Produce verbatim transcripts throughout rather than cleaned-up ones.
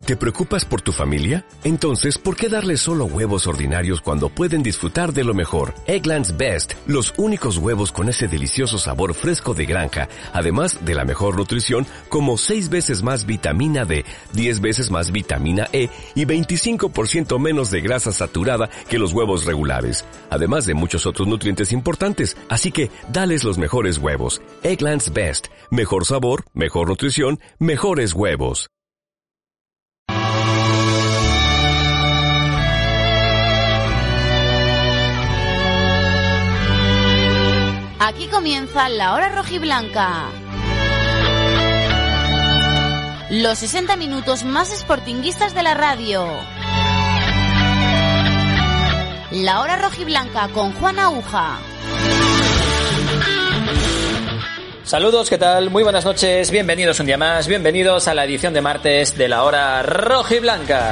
¿Te preocupas por tu familia? Entonces, ¿por qué darles solo huevos ordinarios cuando pueden disfrutar de lo mejor? Eggland's Best, los únicos huevos con ese delicioso sabor fresco de granja, además de la mejor nutrición, como seis veces más vitamina D, diez veces más vitamina E y veinticinco por ciento menos de grasa saturada que los huevos regulares, además de muchos otros nutrientes importantes. Así que, dales los mejores huevos. Eggland's Best, mejor sabor, mejor nutrición, mejores huevos. Aquí comienza la hora rojiblanca. Los sesenta minutos más sportinguistas de la radio. La hora rojiblanca con Juan Aguja. Saludos, ¿qué tal? Muy buenas noches, bienvenidos un día más, bienvenidos a la edición de martes de la hora rojiblanca.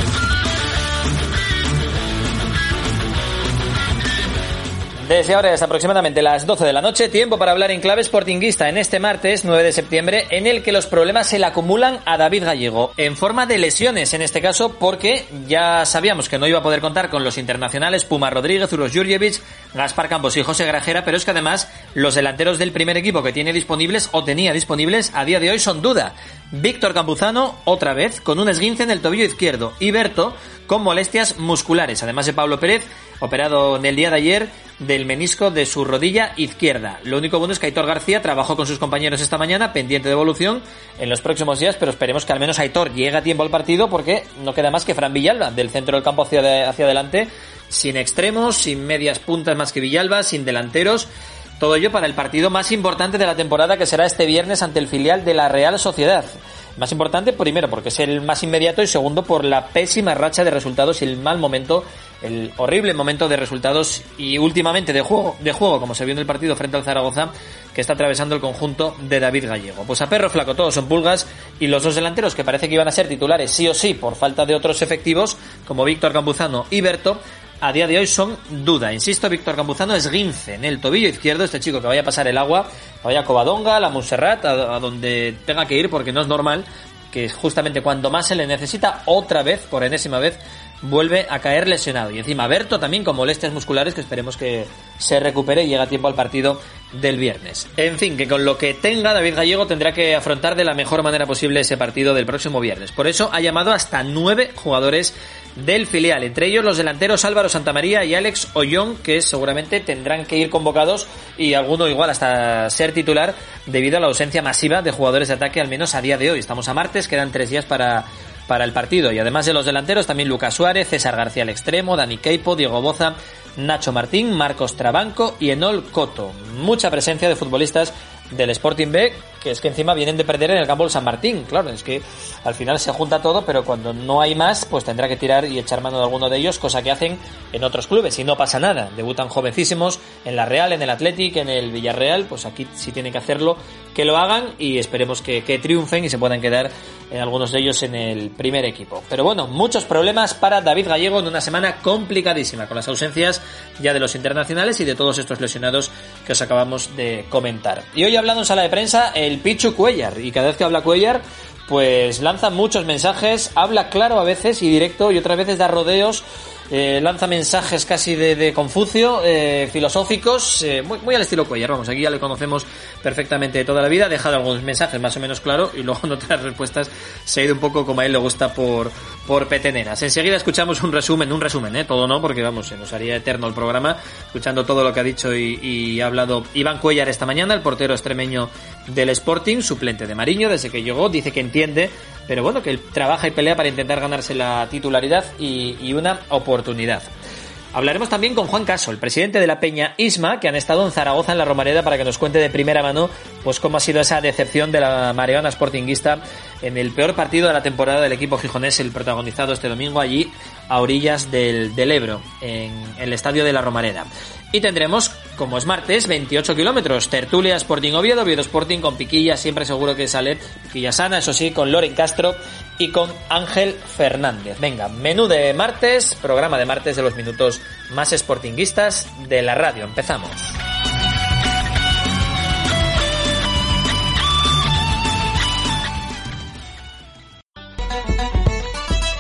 Desde ahora es aproximadamente las doce de la noche, tiempo para hablar en clave sportinguista en este martes nueve de septiembre, en el que los problemas se le acumulan a David Gallego, en forma de lesiones en este caso, porque ya sabíamos que no iba a poder contar con los internacionales Puma Rodríguez, Uros Jurjevic, Gaspar Campos y José Grajera, pero es que además los delanteros del primer equipo que tiene disponibles o tenía disponibles a día de hoy son duda. Víctor Campuzano, otra vez, con un esguince en el tobillo izquierdo, y Berto con molestias musculares, además de Pablo Pérez, operado en el día de ayer del menisco de su rodilla izquierda. Lo único bueno es que Aitor García trabajó con sus compañeros esta mañana, pendiente de evolución en los próximos días, pero esperemos que al menos Aitor llegue a tiempo al partido, porque no queda más que Fran Villalba, del centro del campo hacia, de, hacia adelante, sin extremos, sin medias puntas más que Villalba, sin delanteros. Todo ello para el partido más importante de la temporada, que será este viernes ante el filial de la Real Sociedad. Más importante, primero, porque es el más inmediato, y segundo, por la pésima racha de resultados y el mal momento, el horrible momento de resultados y últimamente de juego, de juego, como se vio en el partido frente al Zaragoza, que está atravesando el conjunto de David Gallego. Pues a perro flaco todos son pulgas, y los dos delanteros que parece que iban a ser titulares sí o sí por falta de otros efectivos, como Víctor Campuzano y Berto, a día de hoy son duda. Insisto, Víctor Campuzano esguince en el tobillo izquierdo, este chico que vaya a pasar el agua, vaya a Covadonga, a la Montserrat, a, a donde tenga que ir, porque no es normal que justamente cuando más se le necesita, otra vez, por enésima vez, vuelve a caer lesionado. Y encima Berto también con molestias musculares, que esperemos que se recupere y llegue a tiempo al partido del viernes. En fin, que con lo que tenga David Gallego tendrá que afrontar de la mejor manera posible ese partido del próximo viernes. Por eso ha llamado hasta nueve jugadores del filial, entre ellos los delanteros Álvaro Santamaría y Alex Ollón, que seguramente tendrán que ir convocados, y alguno igual hasta ser titular, debido a la ausencia masiva de jugadores de ataque, al menos a día de hoy. Estamos a martes, quedan tres días para para el partido, y además de los delanteros también Lucas Suárez, César García al extremo, Dani Queipo, Diego Boza, Nacho Martín, Marcos Trabanco y Enol Coto. Mucha presencia de futbolistas del Sporting B, que es que encima vienen de perder en el campo del San Martín. Claro, es que al final se junta todo, pero cuando no hay más, pues tendrá que tirar y echar mano de alguno de ellos, cosa que hacen en otros clubes, y no pasa nada. Debutan jovencísimos en la Real, en el Athletic, en el Villarreal, pues aquí sí tienen que hacerlo, que lo hagan, y esperemos que, que triunfen y se puedan quedar en algunos de ellos en el primer equipo. Pero bueno, muchos problemas para David Gallego en una semana complicadísima, con las ausencias ya de los internacionales y de todos estos lesionados que os acabamos de comentar. Y hoy, hablando en sala de prensa, el Pichu Cuéllar, y cada vez que habla Cuéllar, pues lanza muchos mensajes, habla claro a veces y directo, y otras veces da rodeos, eh, lanza mensajes casi de, de Confucio, eh, filosóficos, eh, muy, muy al estilo Cuéllar. Vamos, aquí ya le conocemos perfectamente de toda la vida, ha dejado algunos mensajes más o menos claro, y luego en otras respuestas se ha ido un poco como a él le gusta por, por peteneras. Enseguida escuchamos un resumen, un resumen, eh, todo no, porque vamos, se nos haría eterno el programa, escuchando todo lo que ha dicho y, y ha hablado Iván Cuéllar esta mañana, el portero extremeño del Sporting, suplente de Mariño desde que llegó. Dice que entiende, pero bueno, que él trabaja y pelea para intentar ganarse la titularidad y, y una oportunidad. Hablaremos también con Juan Caso, el presidente de la Peña Isma, que han estado en Zaragoza, en la Romareda, para que nos cuente de primera mano pues cómo ha sido esa decepción de la mareona sportinguista en el peor partido de la temporada del equipo gijonés, el protagonizado este domingo allí a orillas del, del Ebro, en, en el estadio de la Romareda. Y tendremos, como es martes, veintiocho kilómetros, tertulia Sporting Oviedo, Oviedo Sporting, con Piquilla, siempre seguro que sale, Piquilla sana, eso sí, con Loren Castro y con Ángel Fernández. Venga, menú de martes, programa de martes de los minutos más sportinguistas de la radio. Empezamos.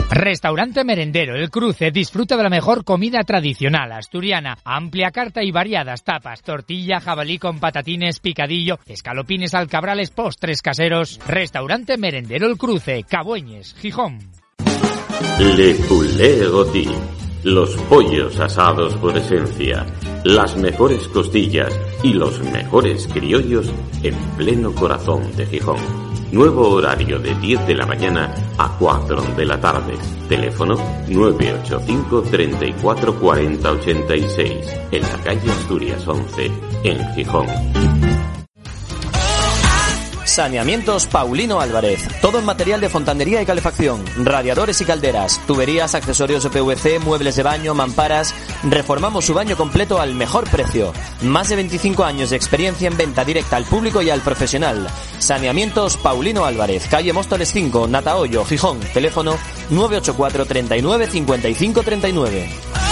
Restaurante Merendero El Cruce disfruta de la mejor comida tradicional asturiana, amplia carta y variadas tapas, tortilla, jabalí con patatines, picadillo, escalopines, alcabrales, postres caseros. Restaurante Merendero El Cruce, Cabueñes, Gijón. Le Poulet Rôti, los pollos asados por esencia, las mejores costillas y los mejores criollos en pleno corazón de Gijón. Nuevo horario de diez de la mañana a cuatro de la tarde. Teléfono nueve ocho cinco, treinta y cuatro, cuarenta, ochenta y seis. En la calle Asturias once, en Gijón. Saneamientos Paulino Álvarez. Todo en material de fontanería y calefacción. Radiadores y calderas. Tuberías, accesorios de P V C, muebles de baño, mamparas. Reformamos su baño completo al mejor precio. Más de veinticinco años de experiencia en venta directa al público y al profesional. Saneamientos Paulino Álvarez. Calle Móstoles cinco, Natahoyo, Gijón. Teléfono nueve ocho cuatro, treinta y nueve, cincuenta y cinco, treinta y nueve.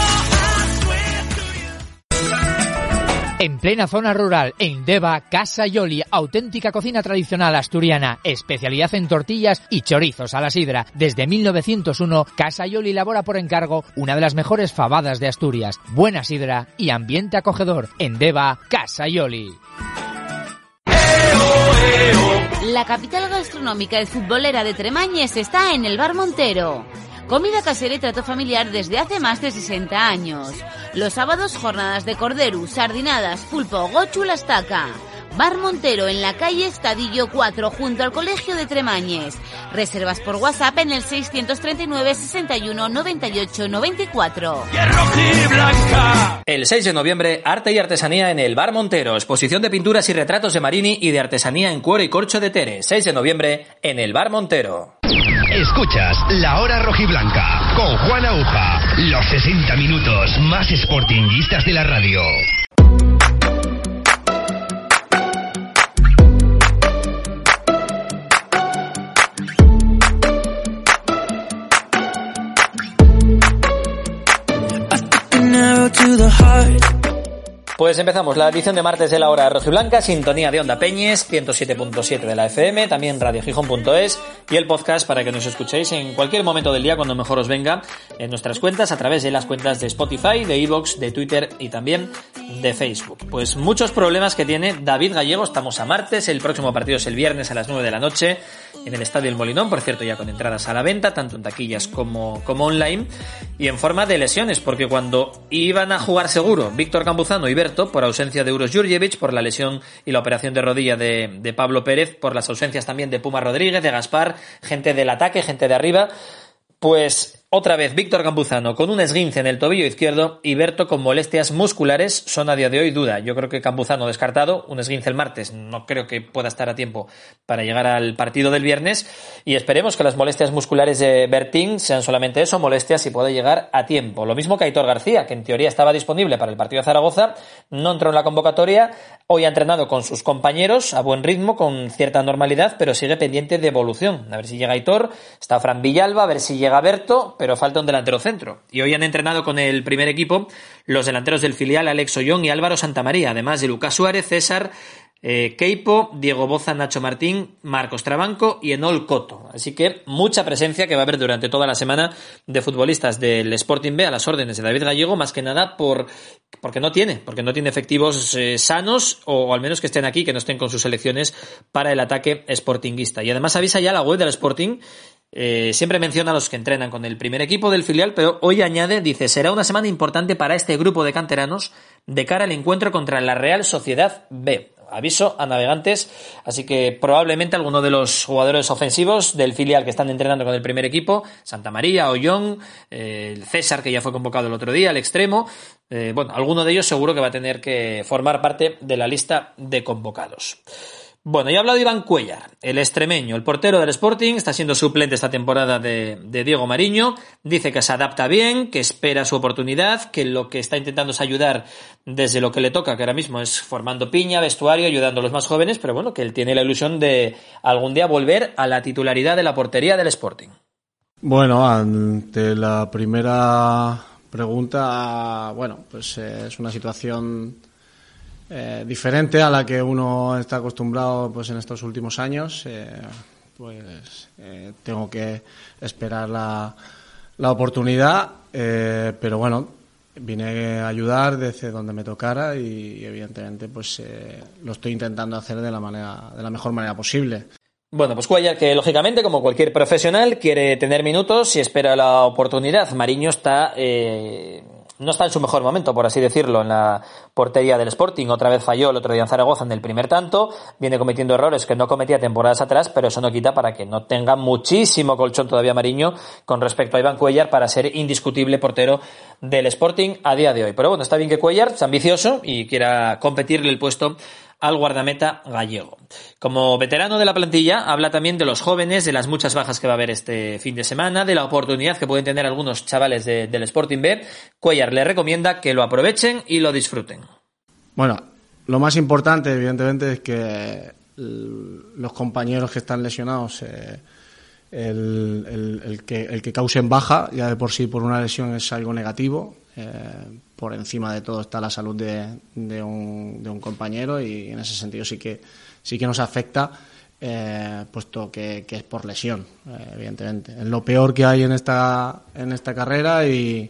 En plena zona rural, en Deva, Casa Yoli, auténtica cocina tradicional asturiana, especialidad en tortillas y chorizos a la sidra. Desde mil novecientos uno, Casa Yoli elabora por encargo una de las mejores fabadas de Asturias. Buena sidra y ambiente acogedor. En Deva, Casa Yoli. La capital gastronómica y futbolera de Tremañes está en el Bar Montero. Comida casera y trato familiar desde hace más de sesenta años. Los sábados, jornadas de cordero, sardinadas, pulpo, gochu, la estaca. Bar Montero en la calle Estadillo cuatro, junto al Colegio de Tremañes. Reservas por WhatsApp en el seiscientos treinta y nueve, sesenta y uno, noventa y ocho, noventa y cuatro. El seis de noviembre, arte y artesanía en el Bar Montero. Exposición de pinturas y retratos de Marini y de artesanía en cuero y corcho de Tere. seis de noviembre en el Bar Montero. Escuchas La Hora Rojiblanca con Juan Aguja. Los sesenta minutos más sportinguistas de la radio. Pues empezamos la edición de martes de La Hora Rojiblanca, sintonía de Onda Peñes, ciento siete punto siete de la F M, también radio gijón punto es y el podcast para que nos escuchéis en cualquier momento del día cuando mejor os venga en nuestras cuentas, a través de las cuentas de Spotify, de iVoox, de Twitter y también de Facebook. Pues muchos problemas que tiene David Gallego. Estamos a martes, el próximo partido es el viernes a las nueve de la noche en el Estadio El Molinón, por cierto ya con entradas a la venta, tanto en taquillas como, como online, y en forma de lesiones, porque cuando iban a jugar seguro Víctor Campuzano y Berto, por ausencia de Uros Jurjevic, por la lesión y la operación de rodilla de, de Pablo Pérez, por las ausencias también de Puma Rodríguez, de Gaspar, gente del ataque, gente de arriba, pues otra vez Víctor Campuzano con un esguince en el tobillo izquierdo y Berto con molestias musculares son a día de hoy duda. Yo creo que Campuzano descartado, un esguince el martes, no creo que pueda estar a tiempo para llegar al partido del viernes, y esperemos que las molestias musculares de Bertín sean solamente eso, molestias, y pueda llegar a tiempo. Lo mismo que Aitor García, que en teoría estaba disponible para el partido de Zaragoza, no entró en la convocatoria, hoy ha entrenado con sus compañeros a buen ritmo, con cierta normalidad, pero sigue pendiente de evolución. A ver si llega Aitor, está Fran Villalba, a ver si llega Berto, pero falta un delantero centro. Y hoy han entrenado con el primer equipo los delanteros del filial Alex Ollón y Álvaro Santamaría, además de Lucas Suárez, César eh, Queipo, Diego Boza, Nacho Martín, Marcos Trabanco y Enol Coto. Así que mucha presencia que va a haber durante toda la semana de futbolistas del Sporting B a las órdenes de David Gallego, más que nada por porque no tiene, porque no tiene efectivos eh, sanos, o al menos que estén aquí, que no estén con sus selecciones para el ataque sportinguista. Y además avisa ya la web del Sporting. Eh, siempre menciona a los que entrenan con el primer equipo del filial, pero hoy añade, dice, será una semana importante para este grupo de canteranos de cara al encuentro contra la Real Sociedad B. Aviso a navegantes, así que probablemente alguno de los jugadores ofensivos del filial que están entrenando con el primer equipo, Santa María, Ollón, eh, el César, que ya fue convocado el otro día, el extremo, eh, bueno, alguno de ellos seguro que va a tener que formar parte de la lista de convocados. Bueno, ya ha hablado Iván Cuéllar, el extremeño, el portero del Sporting, está siendo suplente esta temporada de, de Diego Mariño, dice que se adapta bien, que espera su oportunidad, que lo que está intentando es ayudar desde lo que le toca, que ahora mismo es formando piña, vestuario, ayudando a los más jóvenes, pero bueno, que él tiene la ilusión de algún día volver a la titularidad de la portería del Sporting. Bueno, ante la primera pregunta, bueno, pues eh, es una situación Eh, diferente a la que uno está acostumbrado pues en estos últimos años. eh, pues eh, tengo que esperar la, la oportunidad, eh, pero bueno, vine a ayudar desde donde me tocara y, y evidentemente pues eh, lo estoy intentando hacer de la manera, de la mejor manera posible. Bueno, pues Cuéllar, que lógicamente, como cualquier profesional, quiere tener minutos y espera la oportunidad. Mariño está eh, no está en su mejor momento, por así decirlo, en la portería del Sporting. Otra vez falló el otro día en Zaragoza en el primer tanto. Viene cometiendo errores que no cometía temporadas atrás, pero eso no quita para que no tenga muchísimo colchón todavía Mariño con respecto a Iván Cuéllar para ser indiscutible portero del Sporting a día de hoy. Pero bueno, está bien que Cuéllar sea ambicioso y quiera competirle el puesto al guardameta gallego. Como veterano de la plantilla, habla también de los jóvenes, de las muchas bajas que va a haber este fin de semana, de la oportunidad que pueden tener algunos chavales de, del Sporting B. Cuéllar le recomienda que lo aprovechen y lo disfruten. Bueno, lo más importante, evidentemente, es que los compañeros que están lesionados, eh, el, el, el, que, el que causen baja, ya de por sí por una lesión es algo negativo. Eh, por encima de todo está la salud de, de, un, de un compañero y en ese sentido sí que sí que nos afecta, eh, puesto que, que es por lesión, eh, evidentemente. Es lo peor que hay en esta en esta carrera y,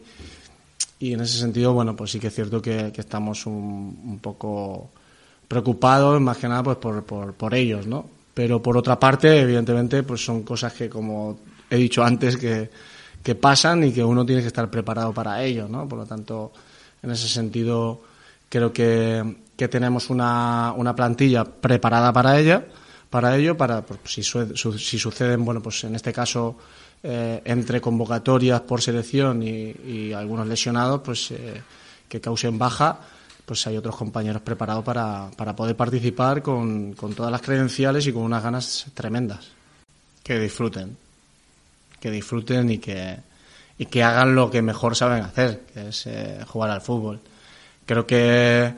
y en ese sentido, bueno, pues sí que es cierto que, que estamos un, un poco preocupados, más que nada pues por, por, por ellos, ¿no? Pero por otra parte, evidentemente, pues son cosas que, como he dicho antes, que que pasan y que uno tiene que estar preparado para ello, ¿no? Por lo tanto, en ese sentido, creo que, que tenemos una, una plantilla preparada para ella, para ello, para pues, si, su, si suceden, bueno, pues en este caso, eh, entre convocatorias por selección y, y algunos lesionados, pues eh, que causen baja, pues hay otros compañeros preparados para, para poder participar con, con todas las credenciales y con unas ganas tremendas. Que disfruten. que disfruten y que y que hagan lo que mejor saben hacer, que es eh, jugar al fútbol. Creo que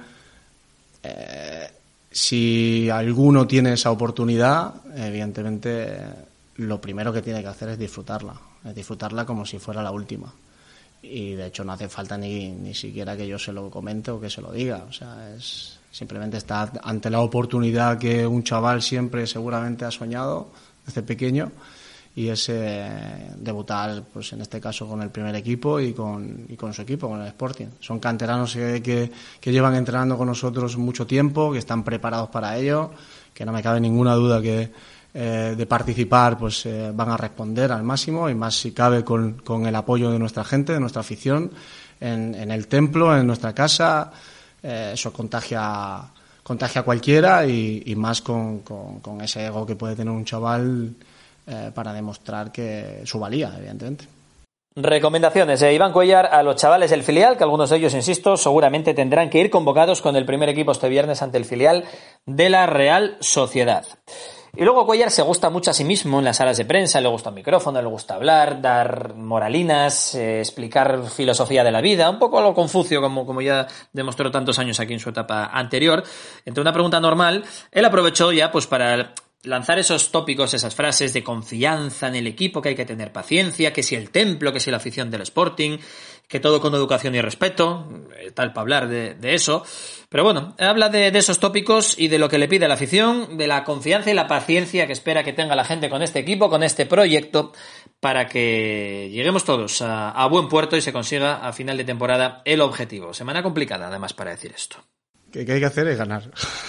eh, si alguno tiene esa oportunidad, evidentemente lo primero que tiene que hacer es disfrutarla, es disfrutarla como si fuera la última. Y de hecho no hace falta ni, ni siquiera que yo se lo comente o que se lo diga, o sea, es simplemente estar ante la oportunidad que un chaval siempre seguramente ha soñado desde pequeño, y es eh, debutar, pues en este caso con el primer equipo y con, y con su equipo, con el Sporting. Son canteranos que, que, que llevan entrenando con nosotros mucho tiempo, que están preparados para ello, que no me cabe ninguna duda que eh, de participar pues eh, van a responder al máximo, y más si cabe con, con el apoyo de nuestra gente, de nuestra afición, en, en el templo, en nuestra casa. Eh, eso contagia contagia a cualquiera y, y más con, con, con ese ego que puede tener un chaval, Eh, para demostrar que su valía, evidentemente. Recomendaciones de Iván Cuéllar a los chavales del filial, que algunos de ellos, insisto, seguramente tendrán que ir convocados con el primer equipo este viernes ante el filial de la Real Sociedad. Y luego Cuéllar se gusta mucho a sí mismo en las salas de prensa, le gusta un micrófono, le gusta hablar, dar moralinas, eh, explicar filosofía de la vida, un poco a lo Confucio, como, como ya demostró tantos años aquí en su etapa anterior. Entre una pregunta normal, él aprovechó ya pues para lanzar esos tópicos, esas frases de confianza en el equipo, que hay que tener paciencia, que si el templo, que si la afición del Sporting, que todo con educación y respeto, tal para hablar de, de eso. Pero bueno, habla de, de esos tópicos y de lo que le pide la afición, de la confianza y la paciencia que espera que tenga la gente con este equipo, con este proyecto, para que lleguemos todos a, a buen puerto y se consiga a final de temporada el objetivo. Semana complicada, además, para decir esto. Que que hay que hacer es ganar.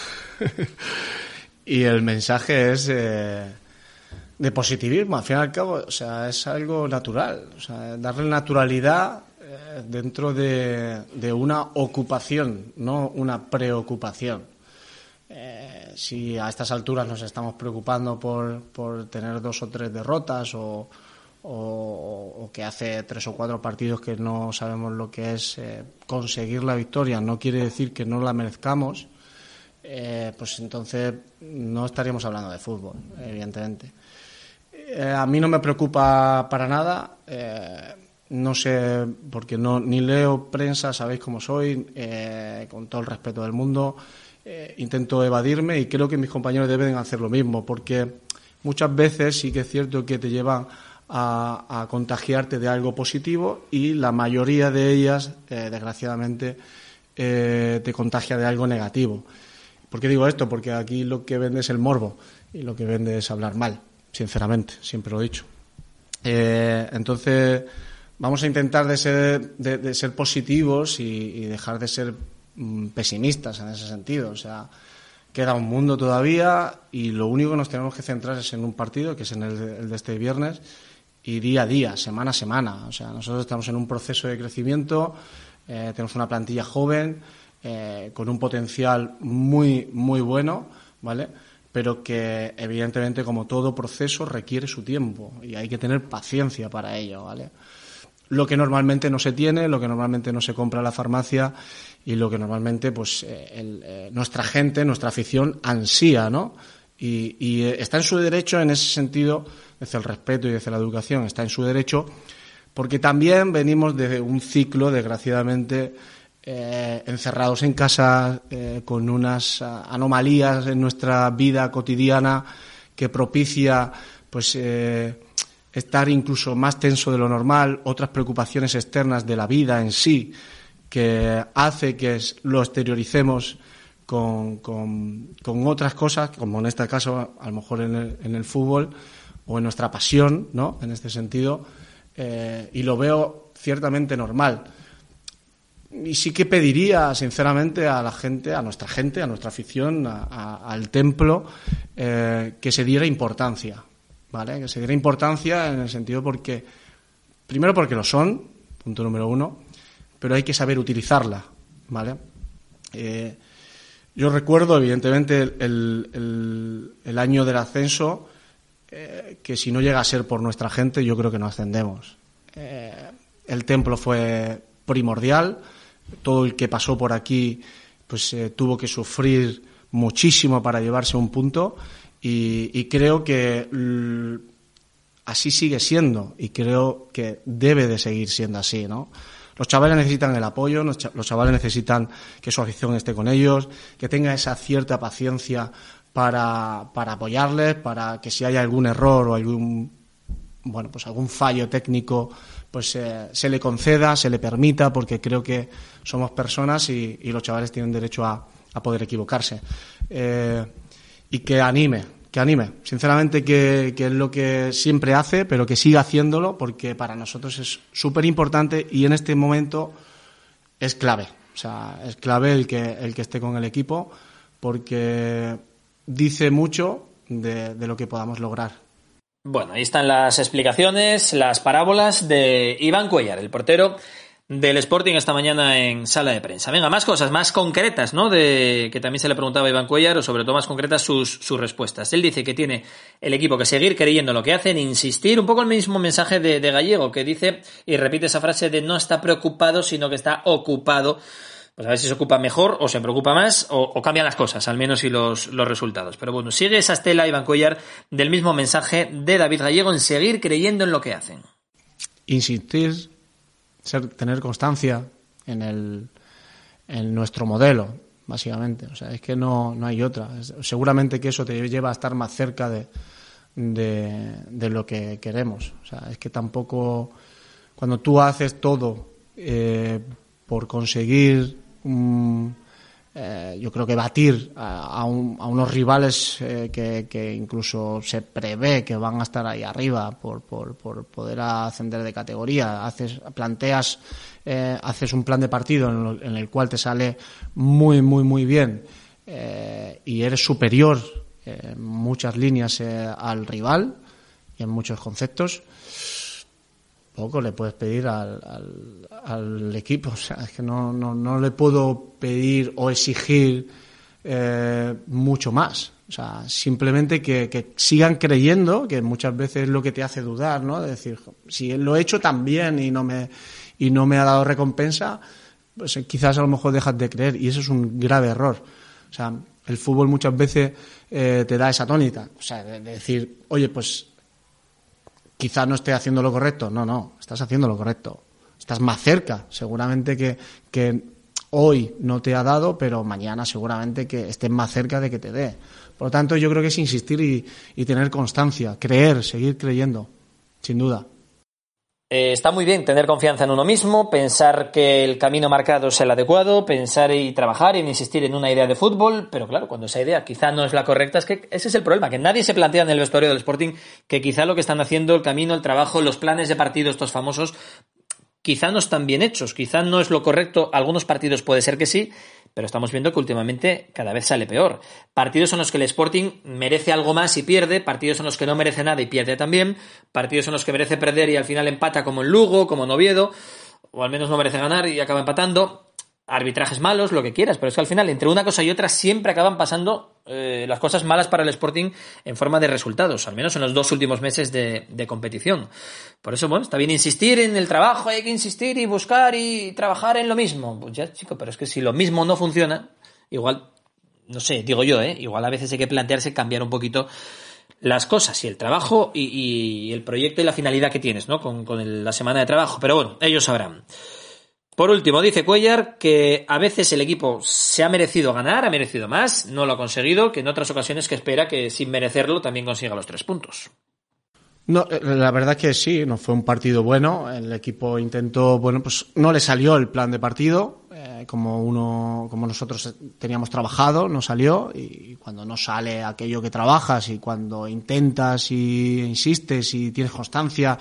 Y el mensaje es eh, de positivismo, al fin y al cabo, o sea, es algo natural, o sea, darle naturalidad eh, dentro de, de una ocupación, no una preocupación. Eh, si a estas alturas nos estamos preocupando por, por tener dos o tres derrotas o, o, o que hace tres o cuatro partidos que no sabemos lo que es eh, conseguir la victoria, no quiere decir que no la merezcamos. Eh, pues entonces no estaríamos hablando de fútbol, evidentemente. Eh, a mí no me preocupa para nada, eh, no sé, porque no ni leo prensa, sabéis cómo soy, eh, con todo el respeto del mundo, eh, intento evadirme y creo que mis compañeros deben hacer lo mismo, porque muchas veces sí que es cierto que te llevan a, a contagiarte de algo positivo y la mayoría de ellas, eh, desgraciadamente, eh, te contagia de algo negativo. ¿Por qué digo esto? Porque aquí lo que vende es el morbo y lo que vende es hablar mal, sinceramente, siempre lo he dicho. Eh, entonces, vamos a intentar de ser, de, de ser positivos y, y dejar de ser mm, pesimistas en ese sentido. O sea, queda un mundo todavía y lo único que nos tenemos que centrar es en un partido, que es en el de, el de este viernes, y día a día, semana a semana. O sea, nosotros estamos en un proceso de crecimiento, eh, tenemos una plantilla joven, eh, con un potencial muy, muy bueno, ¿vale? Pero que evidentemente, como todo proceso, requiere su tiempo y hay que tener paciencia para ello, ¿vale? Lo que normalmente no se tiene, lo que normalmente no se compra en la farmacia y lo que normalmente pues eh, el, eh, nuestra gente, nuestra afición ansía, ¿no? Y, y eh, está en su derecho en ese sentido, desde el respeto y desde la educación, está en su derecho, porque también venimos de un ciclo, desgraciadamente, eh, encerrados en casa, eh, con unas anomalías en nuestra vida cotidiana que propicia pues eh, estar incluso más tenso de lo normal, otras preocupaciones externas de la vida en sí, que hace que lo exterioricemos con, con, con otras cosas, como en este caso, a lo mejor en el, en el fútbol, o en nuestra pasión, ¿no? En este sentido, eh, y lo veo ciertamente normal. Y sí que pediría, sinceramente, a la gente, a nuestra gente, a nuestra afición, a, a, al templo, eh, que se diera importancia, ¿vale? Que se diera importancia en el sentido porque, primero porque lo son, punto número uno, pero hay que saber utilizarla, ¿vale? Eh, yo recuerdo, evidentemente, el, el, el año del ascenso, eh, que si no llega a ser por nuestra gente, yo creo que no ascendemos. Eh, el templo fue primordial, todo el que pasó por aquí pues eh, tuvo que sufrir muchísimo para llevarse a un punto y, y creo que l- así sigue siendo y creo que debe de seguir siendo así, ¿no? Los chavales necesitan el apoyo, los chavales necesitan que su afición esté con ellos, que tenga esa cierta paciencia para, para apoyarles, para que si hay algún error o algún, bueno, pues algún fallo técnico, pues eh, se le conceda, se le permita, porque creo que somos personas y, y los chavales tienen derecho a, a poder equivocarse. Eh, y que anime, que anime. Sinceramente que, que es lo que siempre hace, pero que siga haciéndolo, porque para nosotros es súper importante y en este momento es clave. O sea, es clave el que, el que esté con el equipo, porque dice mucho de, de lo que podamos lograr. Bueno, ahí están las explicaciones, las parábolas de Iván Cuéllar, el portero del Sporting esta mañana en sala de prensa. Venga, más cosas, más concretas, ¿no? De que también se le preguntaba a Iván Cuéllar, o sobre todo más concretas sus, sus respuestas. Él dice que tiene el equipo que seguir creyendo en lo que hacen, insistir, un poco el mismo mensaje de, de Gallego, que dice y repite esa frase de no está preocupado, sino que está ocupado. Pues a ver si se ocupa mejor o se preocupa más o, o cambian las cosas, al menos y los, los resultados. Pero bueno, sigue esa estela, Iván Cuéllar, del mismo mensaje de David Gallego en seguir creyendo en lo que hacen. Insistir, ser, tener constancia en, el, en nuestro modelo, básicamente. O sea, es que no, no hay otra. Seguramente que eso te lleva a estar más cerca de, de, de lo que queremos. O sea, es que tampoco, cuando tú haces todo eh, por conseguir Um, eh, yo creo que batir a, a, un, a unos rivales eh, que, que incluso se prevé que van a estar ahí arriba por, por, por poder ascender de categoría. Haces, planteas, eh, haces un plan de partido en, lo, en el cual te sale muy, muy, muy bien eh, y eres superior en muchas líneas eh, al rival y en muchos conceptos. Poco le puedes pedir al, al, al equipo, o sea, es que no, no, no le puedo pedir o exigir eh, mucho más, o sea, simplemente que, que sigan creyendo, que muchas veces es lo que te hace dudar, ¿no? De decir, si lo he hecho tan bien y no me, y no me ha dado recompensa, pues quizás a lo mejor dejas de creer y eso es un grave error. O sea, el fútbol muchas veces eh, te da esa tónica, o sea, de, de decir, oye, pues quizás no esté haciendo lo correcto. No, no, estás haciendo lo correcto. Estás más cerca. Seguramente que, que hoy no te ha dado, pero mañana seguramente que estés más cerca de que te dé. Por lo tanto, yo creo que es insistir y, y tener constancia, creer, seguir creyendo, sin duda. Eh, está muy bien tener confianza en uno mismo, pensar que el camino marcado es el adecuado, pensar y trabajar y insistir en una idea de fútbol, pero claro, cuando esa idea quizá no es la correcta, es que ese es el problema, que nadie se plantea en el vestuario del Sporting que quizá lo que están haciendo, el camino, el trabajo, los planes de partido, estos famosos, quizá no están bien hechos, quizá no es lo correcto, algunos partidos puede ser que sí, pero estamos viendo que últimamente cada vez sale peor. Partidos en los que el Sporting merece algo más y pierde, partidos en los que no merece nada y pierde también, partidos en los que merece perder y al final empata como en Lugo, como en Oviedo, o al menos no merece ganar y acaba empatando. Arbitrajes malos, lo que quieras, pero es que al final entre una cosa y otra siempre acaban pasando eh, las cosas malas para el Sporting en forma de resultados, al menos en los dos últimos meses de, de competición. Por eso, bueno, está bien insistir en el trabajo, hay que insistir y buscar y trabajar en lo mismo. Pues ya, chico, pero es que si lo mismo no funciona, igual, no sé, digo yo, ¿eh? Igual a veces hay que plantearse cambiar un poquito las cosas y el trabajo y, y el proyecto y la finalidad que tienes, ¿no? Con, con el, la semana de trabajo, pero bueno, ellos sabrán. Por último, dice Cuéllar que a veces el equipo se ha merecido ganar, ha merecido más, no lo ha conseguido, que en otras ocasiones que espera que sin merecerlo también consiga los tres puntos. No, la verdad que sí, no fue un partido bueno. El equipo intentó, bueno, pues no le salió el plan de partido, eh, como uno, como nosotros teníamos trabajado, no salió. Y cuando no sale aquello que trabajas y cuando intentas y insistes y tienes constancia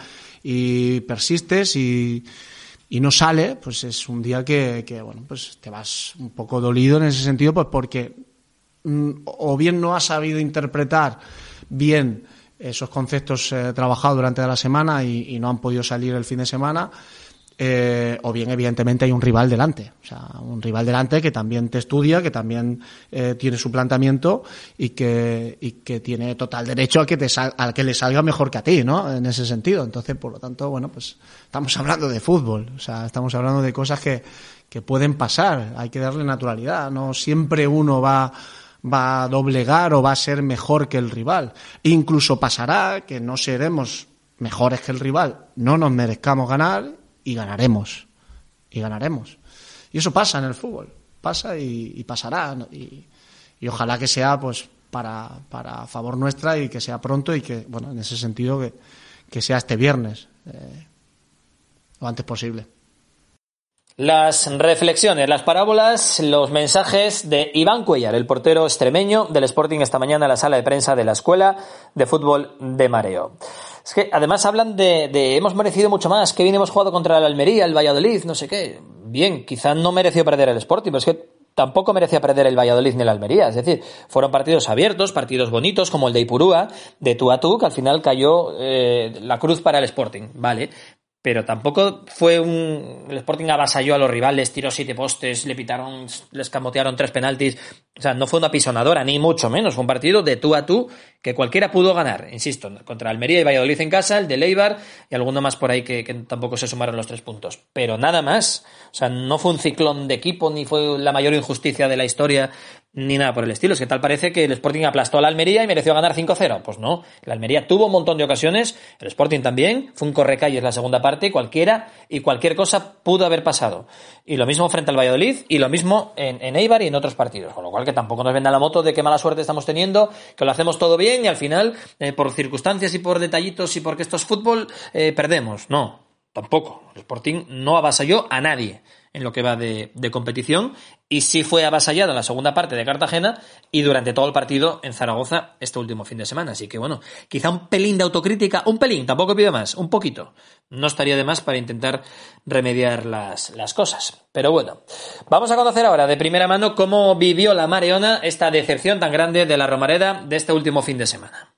y persistes y y no sale, pues es un día que, que bueno, pues te vas un poco dolido en ese sentido, pues porque mm, o bien no has sabido interpretar bien esos conceptos eh, trabajados durante la semana y, y no han podido salir el fin de semana, eh, o bien evidentemente hay un rival delante, o sea, un rival delante que también te estudia, que también eh, tiene su planteamiento y que y que tiene total derecho a que te sal, a que le salga mejor que a ti, ¿no? En ese sentido. Entonces, por lo tanto, bueno, pues estamos hablando de fútbol, o sea, estamos hablando de cosas que que pueden pasar, hay que darle naturalidad, no siempre uno va va a doblegar o va a ser mejor que el rival. Incluso pasará que no seremos mejores que el rival, no nos merezcamos ganar y ganaremos, y ganaremos. Y eso pasa en el fútbol, pasa y, y pasará, ¿no? y, y ojalá que sea pues para, para favor nuestra y que sea pronto y que, bueno, en ese sentido que, que sea este viernes, eh, lo antes posible. Las reflexiones, las parábolas, los mensajes de Iván Cuéllar, el portero extremeño del Sporting esta mañana en la sala de prensa de la Escuela de Fútbol de Mareo. Es que además hablan de, de hemos merecido mucho más, que bien hemos jugado contra el Almería, el Valladolid, no sé qué. Bien, quizá no mereció perder el Sporting, pero es que tampoco merecía perder el Valladolid ni el Almería. Es decir, fueron partidos abiertos, partidos bonitos, como el de Ipurúa, de tú a tú, que al final cayó eh, la cruz para el Sporting, ¿vale? Pero tampoco fue un... El Sporting avasalló a los rivales, tiró siete postes, le pitaron, les camotearon tres penaltis. O sea, no fue una pisonadora, ni mucho menos. Fue un partido de tú a tú que cualquiera pudo ganar. Insisto, contra Almería y Valladolid en casa, el de Leibar y alguno más por ahí que, que tampoco se sumaron los tres puntos. Pero nada más. O sea, no fue un ciclón de equipo, ni fue la mayor injusticia de la historia, ni nada por el estilo. Es que tal parece que el Sporting aplastó a la Almería y mereció ganar cinco cero. Pues no. La Almería tuvo un montón de ocasiones, el Sporting también. Fue un correcalles la segunda parte, cualquiera y cualquier cosa pudo haber pasado. Y lo mismo frente al Valladolid y lo mismo en, en Eibar y en otros partidos. Con lo cual que tampoco nos venda la moto de qué mala suerte estamos teniendo, que lo hacemos todo bien y al final, eh, por circunstancias y por detallitos y porque esto es fútbol, eh, perdemos. No, tampoco. El Sporting no avasalló a nadie en lo que va de, de competición y sí fue avasallado en la segunda parte de Cartagena y durante todo el partido en Zaragoza este último fin de semana. Así que bueno, quizá un pelín de autocrítica, un pelín, tampoco pido más, un poquito. No estaría de más para intentar remediar las, las cosas. Pero bueno, vamos a conocer ahora de primera mano cómo vivió la Mareona esta decepción tan grande de la Romareda de este último fin de semana.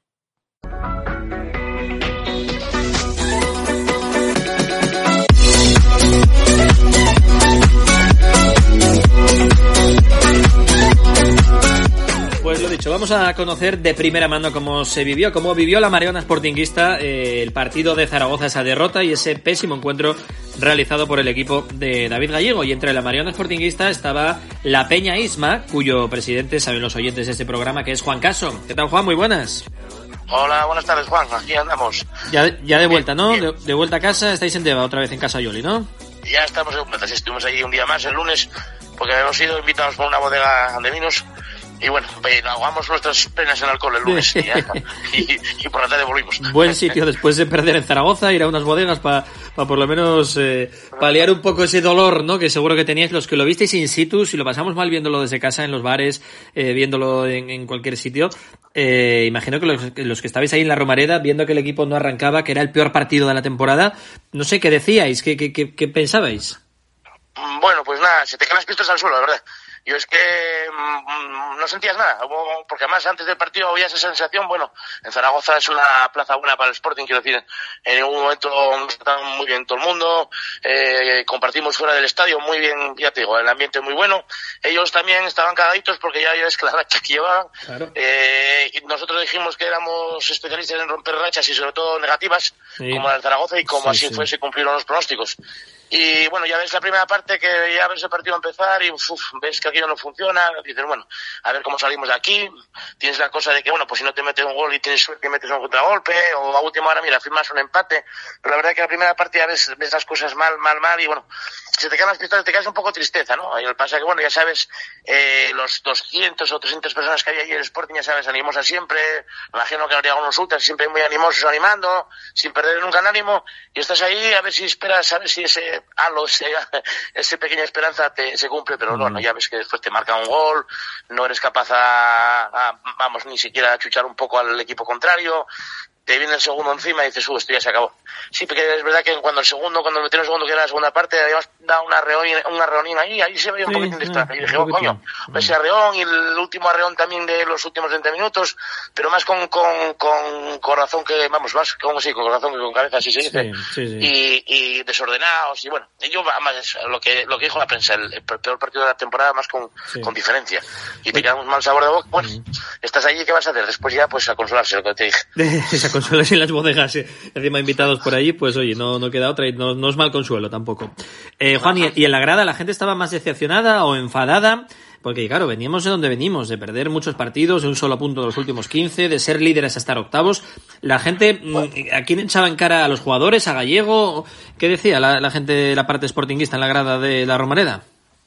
Pues lo dicho, vamos a conocer de primera mano cómo se vivió, cómo vivió la Mareona Sportinguista eh, el partido de Zaragoza, esa derrota y ese pésimo encuentro realizado por el equipo de David Gallego. Y entre la Mareona Sportinguista estaba la Peña Isma, cuyo presidente, saben los oyentes de este programa, que es Juan Caso. ¿Qué tal, Juan? Muy buenas. Hola, buenas tardes, Juan. Aquí andamos. Ya, ya de vuelta, ¿no? De, de vuelta a casa. Estáis en Deva, otra vez en Casa Yoli, ¿no? Ya estamos en Plaza. Estuvimos allí un día más, el lunes, porque habíamos sido invitados por una bodega de vinos y bueno, eh, ahogamos nuestras penas en alcohol el lunes y, ya, y, y por la tarde volvimos. Buen sitio después de perder en Zaragoza, ir a unas bodegas para pa por lo menos eh, paliar un poco ese dolor, ¿no? Que seguro que teníais los que lo visteis in situ, si lo pasamos mal viéndolo desde casa, en los bares, eh, viéndolo en, en cualquier sitio. Eh, imagino que los, los que estabais ahí en la Romareda, viendo que el equipo no arrancaba, que era el peor partido de la temporada, no sé qué decíais, qué, qué, qué, qué pensabais. Bueno, pues nada, se te caen las pistas al suelo, la verdad. Yo es que mmm, no sentías nada, porque además antes del partido había esa sensación, bueno, en Zaragoza es una plaza buena para el Sporting, quiero decir, en ningún momento está muy bien todo el mundo, eh, compartimos fuera del estadio muy bien, ya te digo, el ambiente muy bueno, ellos también estaban cagaditos porque ya ves que la racha que llevaban, claro. eh, y nosotros dijimos que éramos especialistas en romper rachas y sobre todo negativas, sí. como la de Zaragoza, y como sí, así sí. fue, se cumplieron los pronósticos. Y bueno, ya ves la primera parte que ya ves el partido empezar y uf, ves que aquello no funciona, dices, bueno, a ver cómo salimos de aquí, tienes la cosa de que, bueno, pues si no te metes un gol y tienes suerte metes un contragolpe, o a última hora, mira, firmas un empate, pero la verdad que la primera parte ya ves, ves las cosas mal, mal, mal, y bueno, se te caen las pistolas, te caes un poco tristeza, ¿no? Y lo que pasa es que, bueno, ya sabes, eh, los doscientos o trescientas personas que había allí en el Sporting, ya sabes, animosa siempre, imagino que habría algunos ultras, siempre muy animosos animando, sin perder nunca el ánimo, y estás ahí a ver si esperas, a ver si ese halo, ese, ese pequeña esperanza te, se cumple, pero no, no, ya ves que después te marca un gol, no eres capaz a, a, vamos, ni siquiera a chuchar un poco al equipo contrario, te viene el segundo encima y dices, uh, esto ya se acabó. Sí, porque es verdad que cuando el segundo, cuando metieron el segundo, que era la segunda parte, además da una arreón, una arreonín ahí, ahí se veía un sí, poquitín de esto. Y dije, oh, coño, ese arreón y el último arreón también de los últimos veinte minutos, pero más con, con, con corazón que, vamos, más, como sí, con corazón que con cabeza, así se dice. Sí, sí, sí. Y, y desordenados, y bueno, yo, además, lo que, lo que dijo la prensa, el, el peor partido de la temporada, más con, sí. con diferencia. Y te queda un mal sabor de boca, bueno, mm. estás allí, ¿qué vas a hacer? Después ya, pues a consolarse, lo que te dije. A consolarse en las bodegas, eh. encima invitados por allí, pues oye, no, no queda otra y no, no es mal consuelo tampoco. Eh, Juan, ¿y, ¿y en la grada la gente estaba más decepcionada o enfadada? Porque claro, veníamos de donde venimos, de perder muchos partidos, de un solo punto de los últimos quince, de ser líderes hasta octavos. La gente, ¿a quién echaba en cara? ¿A los jugadores? ¿A Gallego? ¿Qué decía la, la gente, la parte sportinguista en la grada de la Romareda?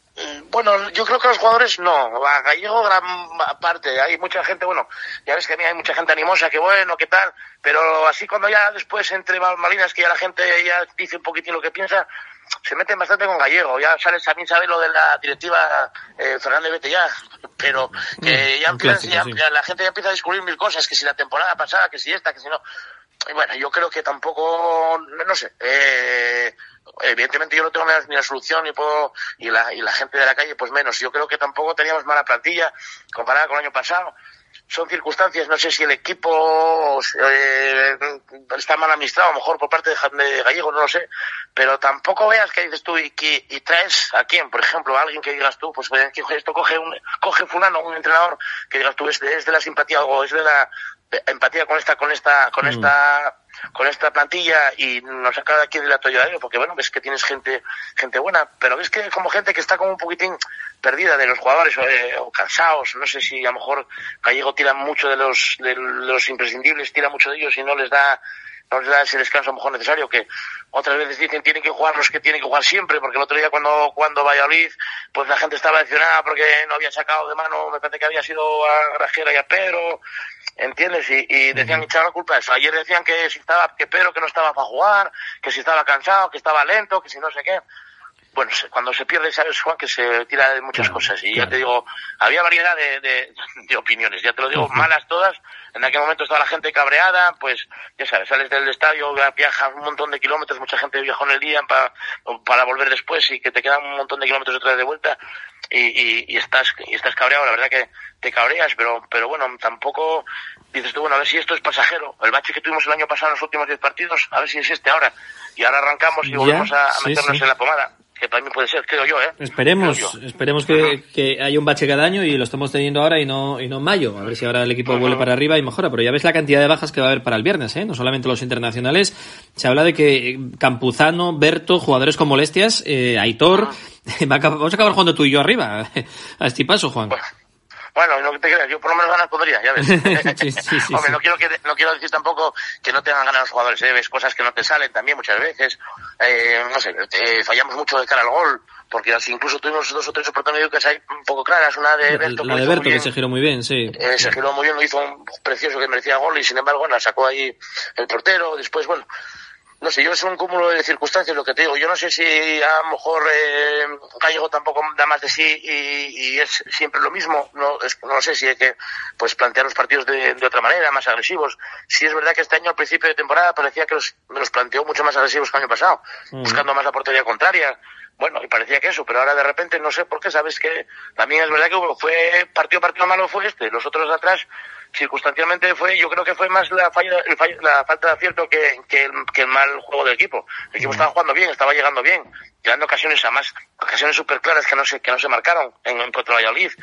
Bueno, yo creo que los jugadores no, a Gallego gran parte, hay mucha gente, bueno, ya ves que a mí hay mucha gente animosa, que bueno, qué tal, pero así cuando ya después entre Malinas, que ya la gente ya dice un poquitín lo que piensa, se meten bastante con Gallego, ya sabes, también sabes lo de la directiva eh, Fernández vete ya, pero que ya, empieza, clásico, ya, sí. ya la gente ya empieza a descubrir mil cosas, que si la temporada pasada, que si esta, que si no, y bueno, yo creo que tampoco, no sé, eh... evidentemente yo no tengo ni la solución ni puedo y la y la gente de la calle pues menos. Yo creo que tampoco teníamos mala plantilla comparada con el año pasado. Son circunstancias, no sé si el equipo eh, está mal administrado, a lo mejor por parte de, de Gallego, no lo sé, pero tampoco veas que dices tú y, que, y traes a quién, por ejemplo, a alguien que digas tú, pues esto coge un coge fulano, un entrenador, que digas tú es de, es de la simpatía o es de la empatía con esta con esta con mm. esta con esta plantilla y nos saca de aquí del atolladero, porque bueno, ves que tienes gente gente buena, pero ves que como gente que está como un poquitín perdida de los jugadores eh, o cansados, no sé si a lo mejor Gallego tira mucho de los de los imprescindibles, tira mucho de ellos y no les da no les da ese descanso a lo mejor necesario, que otras veces dicen tienen que jugar los que tienen que jugar siempre, porque el otro día cuando cuando Valladolid, pues la gente estaba decepcionada porque no había sacado de mano, me parece que había sido a Grajera y a Pedro, ¿entiendes? Y, y decían que echaban la culpa de eso. Ayer decían que si estaba, que Pedro que no estaba para jugar, que si estaba cansado, que estaba lento, que si no sé qué. Bueno, cuando se pierde, sabes, Juan, que se tira de muchas claro, cosas. Y claro. ya te digo, había variedad de, de, de opiniones, ya te lo digo, uh-huh. malas todas. En aquel momento estaba la gente cabreada, pues, ya sabes, sales del estadio, viajas un montón de kilómetros, mucha gente viajó en el día para, para volver después y que te quedan un montón de kilómetros otra vez de vuelta y, y, y estás, y estás cabreado, la verdad que te cabreas, pero, pero bueno, tampoco dices tú, bueno, a ver si esto es pasajero. El bache que tuvimos el año pasado en los últimos diez partidos, a ver si es este ahora. Y ahora arrancamos y ya, volvemos a, a meternos sí, sí. en la pomada. Que también puede ser, creo yo, ¿eh? Esperemos, yo. esperemos que, que haya un bache cada año y lo estamos teniendo ahora y no y no en mayo. A ver si ahora el equipo uh-huh. vuelve para arriba y mejora. Pero ya ves la cantidad de bajas que va a haber para el viernes, ¿eh? No solamente los internacionales. Se habla de que Campuzano, Berto, jugadores con molestias, eh, Aitor... Uh-huh. Vamos a acabar jugando tú y yo arriba. A este paso, Juan. Bueno. Bueno, no te creas, yo por lo menos ganas podría, ya ves. sí, sí, sí, Hombre, sí. no quiero que no quiero decir tampoco que no tengan ganas los jugadores, ¿eh? Ves cosas que no te salen también muchas veces, eh, no sé, eh, fallamos mucho de cara al gol, porque así incluso tuvimos dos o tres oportunidades ahí un poco claras, una de Berto, la de Berto que se giró muy bien, sí. Eh, se giró muy bien, lo hizo un precioso que merecía gol y sin embargo, bueno, sacó ahí el portero, después, bueno, no sé, yo es un cúmulo de circunstancias lo que te digo. Yo no sé si a lo mejor eh, Gallego tampoco da más de sí y, y es siempre lo mismo. No, es, no sé si hay que pues plantear los partidos de, de otra manera, más agresivos. Sí es verdad que este año al principio de temporada parecía que los, me los planteó mucho más agresivos que el año pasado, uh-huh. buscando más la portería contraria. Bueno, y parecía que eso, pero ahora de repente no sé por qué, sabes que también es verdad que fue partido partido malo fue este, los otros de atrás circunstancialmente fue, yo creo que fue más la falla, el fallo, la falta de acierto que, que, el, que el mal juego del equipo. El equipo estaba jugando bien, estaba llegando bien, llegando ocasiones a más, ocasiones súper claras que no se, que no se marcaron en, en contra de Valladolid,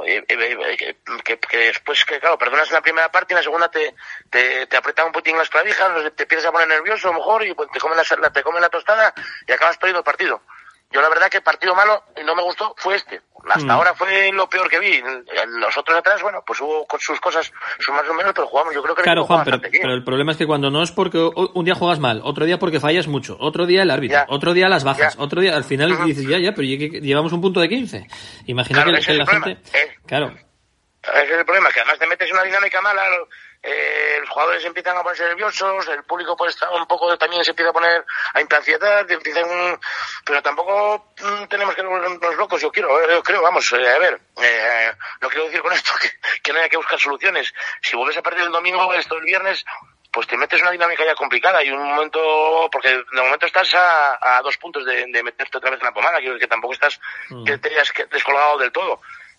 que, que, que después, que claro, perdonas en la primera parte y en la segunda te, te, te apretan un poquín las clavijas, te empiezas a poner nervioso a lo mejor y pues, te comen la, te comen la tostada y acabas perdiendo el partido. Yo la verdad que el partido malo y no me gustó fue este. Hasta mm. ahora fue lo peor que vi. Los otros atrás, bueno, pues hubo sus cosas, sus más o menos, pero jugamos, yo creo que... Claro, Juan, pero, pero el problema es que cuando no es porque un día juegas mal, otro día porque fallas mucho, otro día el árbitro, ya. otro día las bajas, ya. otro día, al final uh-huh. dices, ya, ya, pero llevamos un punto de quince. Imagina claro, que, que la gente... Eh, claro. Ese es el problema, que además te metes en una dinámica mala... Eh, los jugadores empiezan a ponerse nerviosos, el público pues un poco también se empieza a poner a implacidad, empiezan, pero tampoco mm, tenemos que volvernos locos, yo quiero, yo creo, vamos, eh, a ver, eh, no quiero decir con esto que, que no haya que buscar soluciones. Si vuelves a perder el domingo, esto el viernes, pues te metes en una dinámica ya complicada y un momento, porque de momento estás a, a dos puntos de, de meterte otra vez en la pomada, quiero decir que tampoco estás, mm. que te hayas descolgado del todo.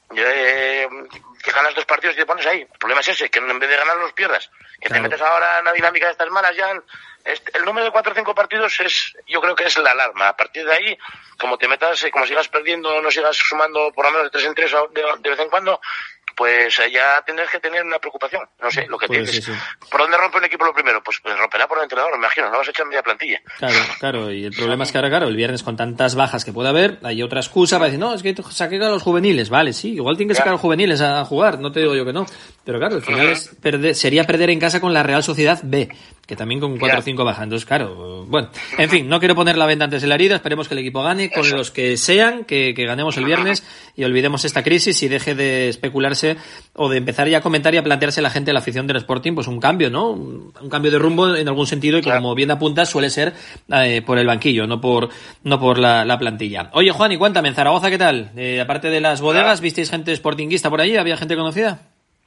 Eh, que ganas dos partidos y te pones ahí. El problema es ese, que en vez de ganar los pierdas, que claro. te metes ahora en una dinámica de estas malas ya. El número de cuatro o cinco partidos es, yo creo que es la alarma. A partir de ahí, como te metas, como sigas perdiendo, no sigas sumando por lo menos de tres en tres de, de vez en cuando, pues ya tendrás que tener una preocupación. No sé, lo que pues tienes. Sí, sí. ¿Por dónde rompe un equipo lo primero? Pues, pues romperá por el entrenador, me imagino. No vas a echar media plantilla. Claro, claro. Y el problema es que ahora, claro, el viernes con tantas bajas que puede haber, hay otra excusa para decir, no, es que saqué a los juveniles. Vale, sí, igual tienen que sacar a los juveniles a jugar. No te digo yo que no. Pero claro, al final uh-huh. es perder, sería perder en casa con la Real Sociedad B, que también con cuatro o cinco bajas. Entonces, claro, bueno. En fin, no quiero poner la venda antes de la herida. Esperemos que el equipo gane con Eso. los que sean, que, que ganemos el viernes y olvidemos esta crisis y deje de especularse o de empezar ya a comentar y a plantearse la gente de la afición del Sporting, pues un cambio, ¿no? Un, un cambio de rumbo en algún sentido y que, claro. como bien apuntas, suele ser eh, por el banquillo, no por no por la, la plantilla. Oye, Juan, y cuéntame, en Zaragoza, ¿qué tal? Eh, aparte de las bodegas, ¿visteis gente sportinguista por allí? ¿Había gente conocida?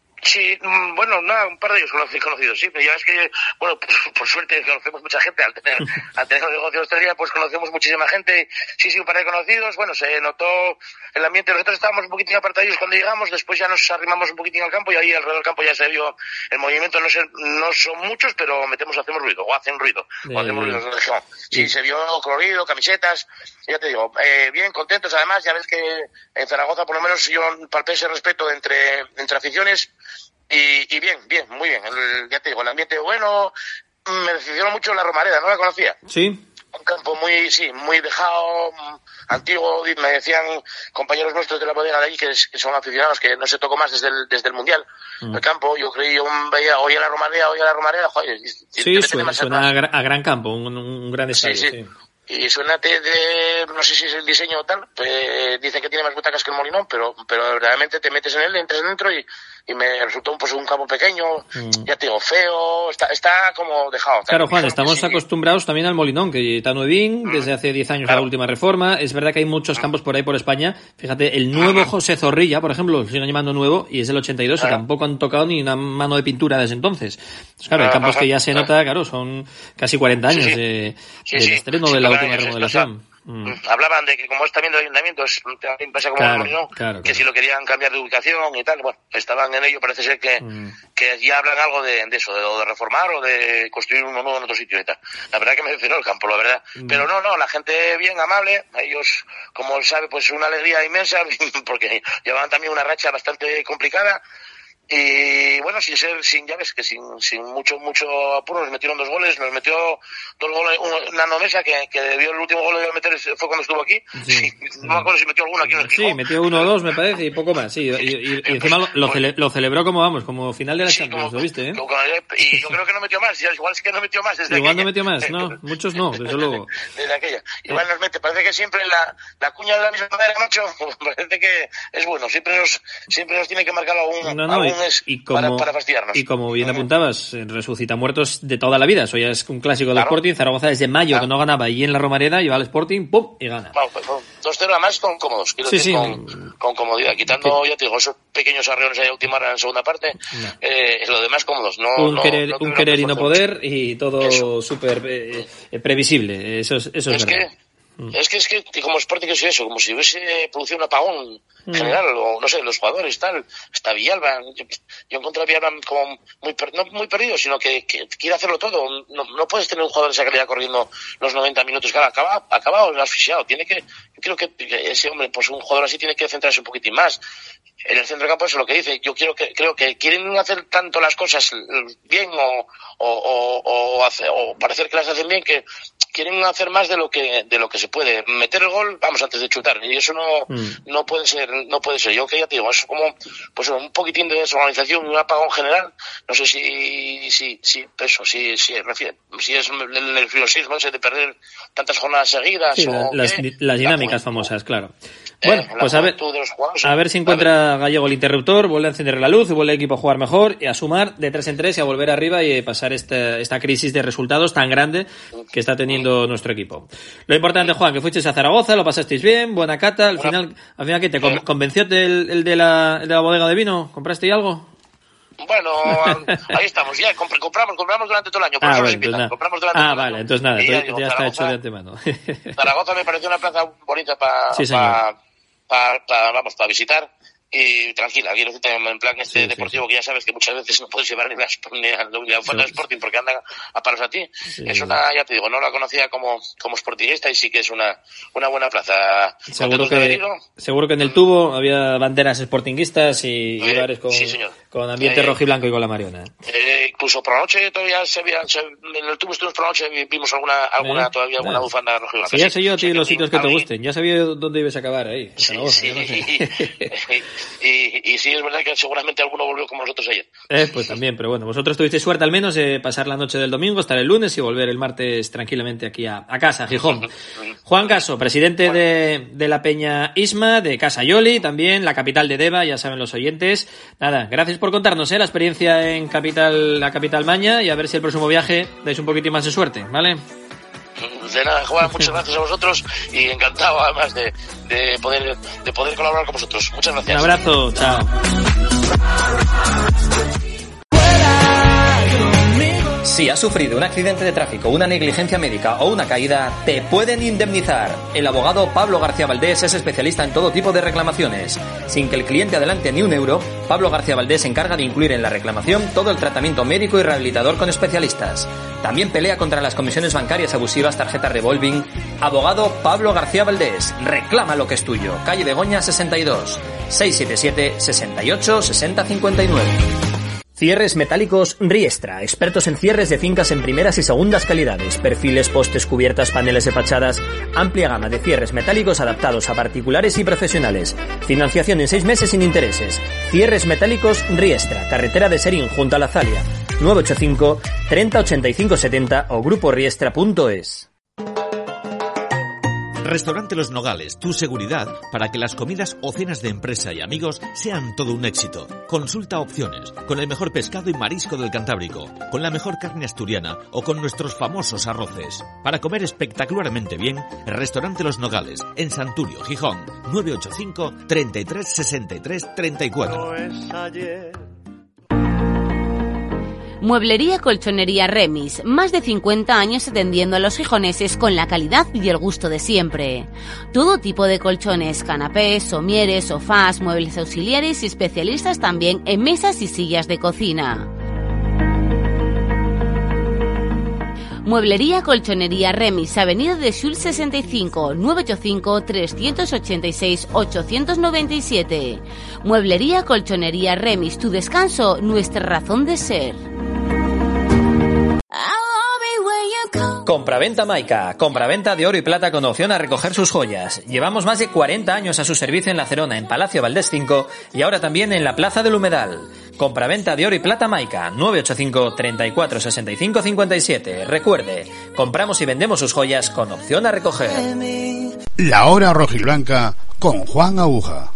Sí, bueno, nada, un par de ellos conocidos, sí, pero ya es que, bueno, por, por suerte conocemos mucha gente, al tener, al tener los negocios de día, pues conocemos muchísima gente, sí, sí, un par de conocidos, bueno, se notó el ambiente, nosotros estábamos un poquitín apartadillos cuando llegamos, después ya nos arrimamos un poquitín al campo y ahí alrededor del campo ya se vio el movimiento, no sé, no son muchos, pero metemos, hacemos ruido, o hacen ruido, o eh, hacemos ruido, sí, sí, se vio colorido, camisetas, ya te digo, eh, bien, contentos, además, ya ves que en Zaragoza, por lo menos, yo palpé ese respeto entre, entre aficiones. Y, y bien, bien, muy bien. El, ya te digo, el ambiente bueno. Me decepcionó mucho la Romareda, ¿no la conocía? Sí. Un campo muy, sí, muy dejado, antiguo. Me decían compañeros nuestros de la bodega de allí que, es, que son aficionados, que no se tocó más desde el, desde el Mundial. Mm. El campo, yo creí, yo veía, oía la Romareda, oía la Romareda, joder. Sí, suena, suena a, gra, a gran campo, un, un gran estadio, sí. sí. sí. Y suena de, de, no sé si es el diseño o tal, eh, dicen que tiene más butacas que el Molinón, pero, pero realmente te metes en él, entras dentro y, y me resultó pues, un campo pequeño, mm. ya te digo, feo, está, está como dejado. Claro, Juan, estamos sí. acostumbrados también al Molinón, que está nuevín, mm. desde hace diez años claro. la última reforma. Es verdad que hay muchos campos por ahí por España. Fíjate, el nuevo José Zorrilla, por ejemplo, lo siguen llamando nuevo, y es del ochenta y dos, claro. y tampoco han tocado ni una mano de pintura desde entonces. Entonces, claro, hay campos que ya se nota, claro, son casi cuarenta años sí, sí. de, sí, del sí. estreno sí, de la última remodelación. Mm. Hablaban de que como es también del ayuntamiento, es también pasa como claro, el Molinón, claro, que claro. si lo querían cambiar de ubicación y tal, bueno, estaban en ello, parece ser que, mm. que ya hablan algo de, de eso, de, de reformar o de construir uno nuevo en otro sitio y tal. La verdad que me decepcionó el campo, la verdad. Mm. Pero no, no, la gente bien amable, ellos, como sabe, pues una alegría inmensa, porque llevaban también una racha bastante complicada. y bueno, sin ser, sin llaves, que sin, sin mucho, mucho apuro, nos metieron dos goles, nos metió dos goles, una Nomesa que, que debió el último gol de meter fue cuando estuvo aquí, sí. No me acuerdo si metió alguno aquí en el Sí, metió uno o dos, me parece, y poco más, sí, y, y, y encima lo, lo, cele, lo celebró como vamos, como final de la sí, Champions, como, ¿lo viste, eh? Como, y yo creo que no metió más, igual es que no metió más desde Igual aquella. no metió más, no, muchos no, desde luego. Desde aquella, igual nos mete, parece que siempre la, la cuña de la misma manera, macho, parece que es bueno, siempre nos, siempre nos tiene que marcar algún, no, no, algún y, es y como, para, para fastidiarnos. Y como bien apuntabas, resucita muertos de toda la vida, eso ya es un clásico del claro. Sporting, Zaragoza desde mayo claro. que no ganaba y en la Romareda iba al Sporting, pum, y gana. Bueno, pues, dos cero además con cómodos, quiero sí, decir, sí. Con, con comodidad, quitando, sí. ya te digo, esos pequeños arreones ahí a última hora en segunda parte, no. eh, lo demás cómodos, no, un no, querer, no un querer y no poder y todo súper eh, previsible, eso es, eso es, es verdad. Que, Es que es que como Sporting es eso, como si hubiese producido un apagón mm. general, o no sé, los jugadores, tal, hasta Villalba, yo, yo encontré a Villalba como muy, per, no muy perdido, sino que, que quiere hacerlo todo, no, no puedes tener un jugador de esa calidad corriendo los noventa minutos, claro, acaba, acabado, asfixiado, tiene que, yo creo que ese hombre, pues un jugador así tiene que centrarse un poquitín más. En el centro del campo eso es lo que dice, yo quiero que, creo que quieren hacer tanto las cosas bien o, o, o, o, hace, o parecer que las hacen bien que quieren hacer más de lo que de lo que se puede. Meter el gol, vamos, antes de chutar, y eso no mm. no puede ser, no puede ser. Yo que ya te digo, es como pues un poquitín de desorganización, un apagón general. No sé si si si eso, si si refiere, si es el nerviosismo ese de perder tantas jornadas seguidas sí, o las, qué, las dinámicas famosas, claro. Bueno, eh, pues a ver, a ver si encuentra Gallego el interruptor, vuelve a encender la luz, vuelve el equipo a jugar mejor y a sumar de tres en tres y a volver arriba y pasar esta, esta crisis de resultados tan grande que está teniendo nuestro equipo. Lo importante, Juan, que fuisteis a Zaragoza, lo pasasteis bien, buena cata, al final, al final ¿qué te convenció el, el, de la, el de la bodega de vino? ¿Compraste algo? Bueno, ahí estamos, ya compramos, compramos durante todo el año, por ah, eso bueno, invitan, compramos durante ah, todo el vale, año. entonces nada, ya, digo, ya está Zaragoza, hecho de antemano. Zaragoza me pareció una plaza bonita para sí, pa, pa, pa, vamos, para visitar. Y tranquila, quiero decirte, en plan este sí, deportivo sí, sí. que ya sabes que muchas veces no puedes llevar ni la, ni la, ni la fuerza sí. de Sporting porque andan a palos a ti. Sí, es una, ya te digo, no la conocía como, como sportingista y sí que es una, una buena plaza. Seguro que, seguro que en el tubo había banderas sportinguistas y eh, lugares con, sí, señor. con ambiente eh, rojiblanco y con la Mariona. Eh, incluso por la noche todavía se había, se, en el tubo estuvimos por la noche vimos alguna, alguna eh, todavía alguna eh. bufanda rojiblanca. Sí, ya sé yo a ti los sitios que te gusten, ya sabía dónde ibas a acabar ahí. Sí, sí. No sé. y, y sí, es verdad que seguramente alguno volvió como nosotros ayer. Eh, pues también, pero bueno, vosotros tuvisteis suerte al menos de pasar la noche del domingo, estar el lunes y volver el martes tranquilamente aquí a, a casa, a Gijón. Juan Caso, presidente bueno. de, de la Peña Isma, de Casa Yoli, también, la capital de Deva, ya saben los oyentes. Nada, gracias por contarnos eh, la experiencia en capital, la capital maña y a ver si el próximo viaje dais un poquitín más de suerte, ¿vale? De nada, Juan, muchas gracias a vosotros y encantado además de, de poder de poder colaborar con vosotros. Muchas gracias. Un abrazo, chao. Si has sufrido un accidente de tráfico, una negligencia médica o una caída, te pueden indemnizar. El abogado Pablo García Valdés es especialista en todo tipo de reclamaciones. Sin que el cliente adelante ni un euro, Pablo García Valdés se encarga de incluir en la reclamación todo el tratamiento médico y rehabilitador con especialistas. También pelea contra las comisiones bancarias abusivas, tarjetas revolving. Abogado Pablo García Valdés, reclama lo que es tuyo. Calle Begoña sesenta y dos, seiscientos setenta y siete, sesenta y ocho, sesenta cincuenta y nueve. Cierres metálicos Riestra, expertos en cierres de fincas en primeras y segundas calidades, perfiles, postes, cubiertas, paneles de fachadas, amplia gama de cierres metálicos adaptados a particulares y profesionales. Financiación en seis meses sin intereses. Cierres metálicos Riestra, carretera de Serín junto a la Zalia, nueve ocho cinco, treinta, ochenta y cinco setenta o grupo riestra punto es. Restaurante Los Nogales, tu seguridad para que las comidas o cenas de empresa y amigos sean todo un éxito. Consulta opciones, con el mejor pescado y marisco del Cantábrico, con la mejor carne asturiana o con nuestros famosos arroces. Para comer espectacularmente bien, Restaurante Los Nogales, en Santurio, Gijón, nueve ocho cinco, treinta y tres, sesenta y tres, treinta y cuatro. No es ayer. Mueblería Colchonería Remis, más de cincuenta años atendiendo a los gijoneses con la calidad y el gusto de siempre. Todo tipo de colchones, canapés, somieres, sofás, muebles auxiliares y especialistas también en mesas y sillas de cocina. Mueblería Colchonería Remis, Avenida de Sul sesenta y cinco, nueve ocho cinco, tres ocho seis, ocho nueve siete. Mueblería Colchonería Remis, tu descanso, nuestra razón de ser. Compraventa Maica, compraventa de oro y plata con opción a recoger sus joyas. Llevamos más de cuarenta años a su servicio en La Cerona, en Palacio Valdés cinco y ahora también en la Plaza del Humedal. Compraventa de oro y plata Maica, nueve ocho cinco, treinta y cuatro, sesenta y cinco, cincuenta y siete. Recuerde, compramos y vendemos sus joyas con opción a recoger. La hora rojiblanca con Juan Aguja.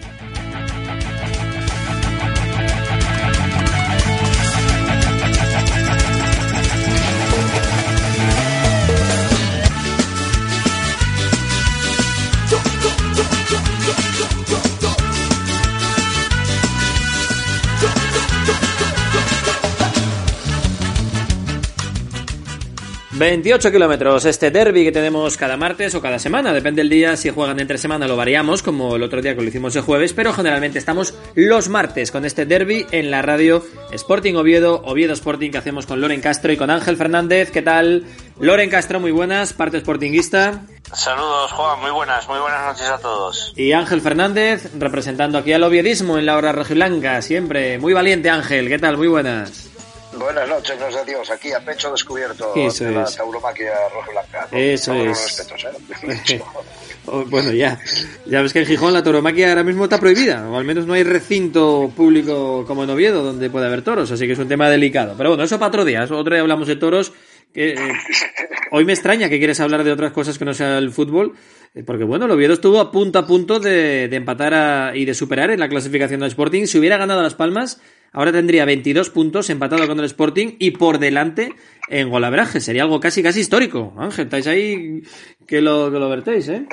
veintiocho kilómetros, este derbi que tenemos cada martes o cada semana, depende del día, si juegan entre semana lo variamos, como el otro día que lo hicimos el jueves, pero generalmente estamos los martes con este derbi en la radio Sporting Oviedo, Oviedo Sporting, que hacemos con Loren Castro y con Ángel Fernández. ¿Qué tal? Loren Castro, muy buenas, parte sportinguista. Saludos, Juan, muy buenas, muy buenas noches a todos. Y Ángel Fernández, representando aquí al oviedismo en la hora rojiblanca, siempre muy valiente. Ángel, ¿qué tal? Muy buenas. Buenas noches, gracias a Dios, aquí a pecho descubierto Eso de la es. tauromaquia rojiblanca. Eso Todos es. los respetos, ¿eh? Bueno, ya ya ves que en Gijón la tauromaquia ahora mismo está prohibida, o al menos no hay recinto público como en Oviedo donde puede haber toros, así que es un tema delicado. Pero bueno, eso para otro día, eso otro día hablamos de toros. Que, eh, hoy me extraña que quieres hablar de otras cosas que no sea el fútbol, eh, porque bueno, el Oviedo estuvo a punto a punto de, de empatar a, y de superar en la clasificación del Sporting. Si hubiera ganado Las Palmas, ahora tendría veintidós puntos, empatado con el Sporting y por delante en golaveraje. Sería algo casi casi histórico. Ángel, estáis ahí que lo, que lo vertéis, ¿eh?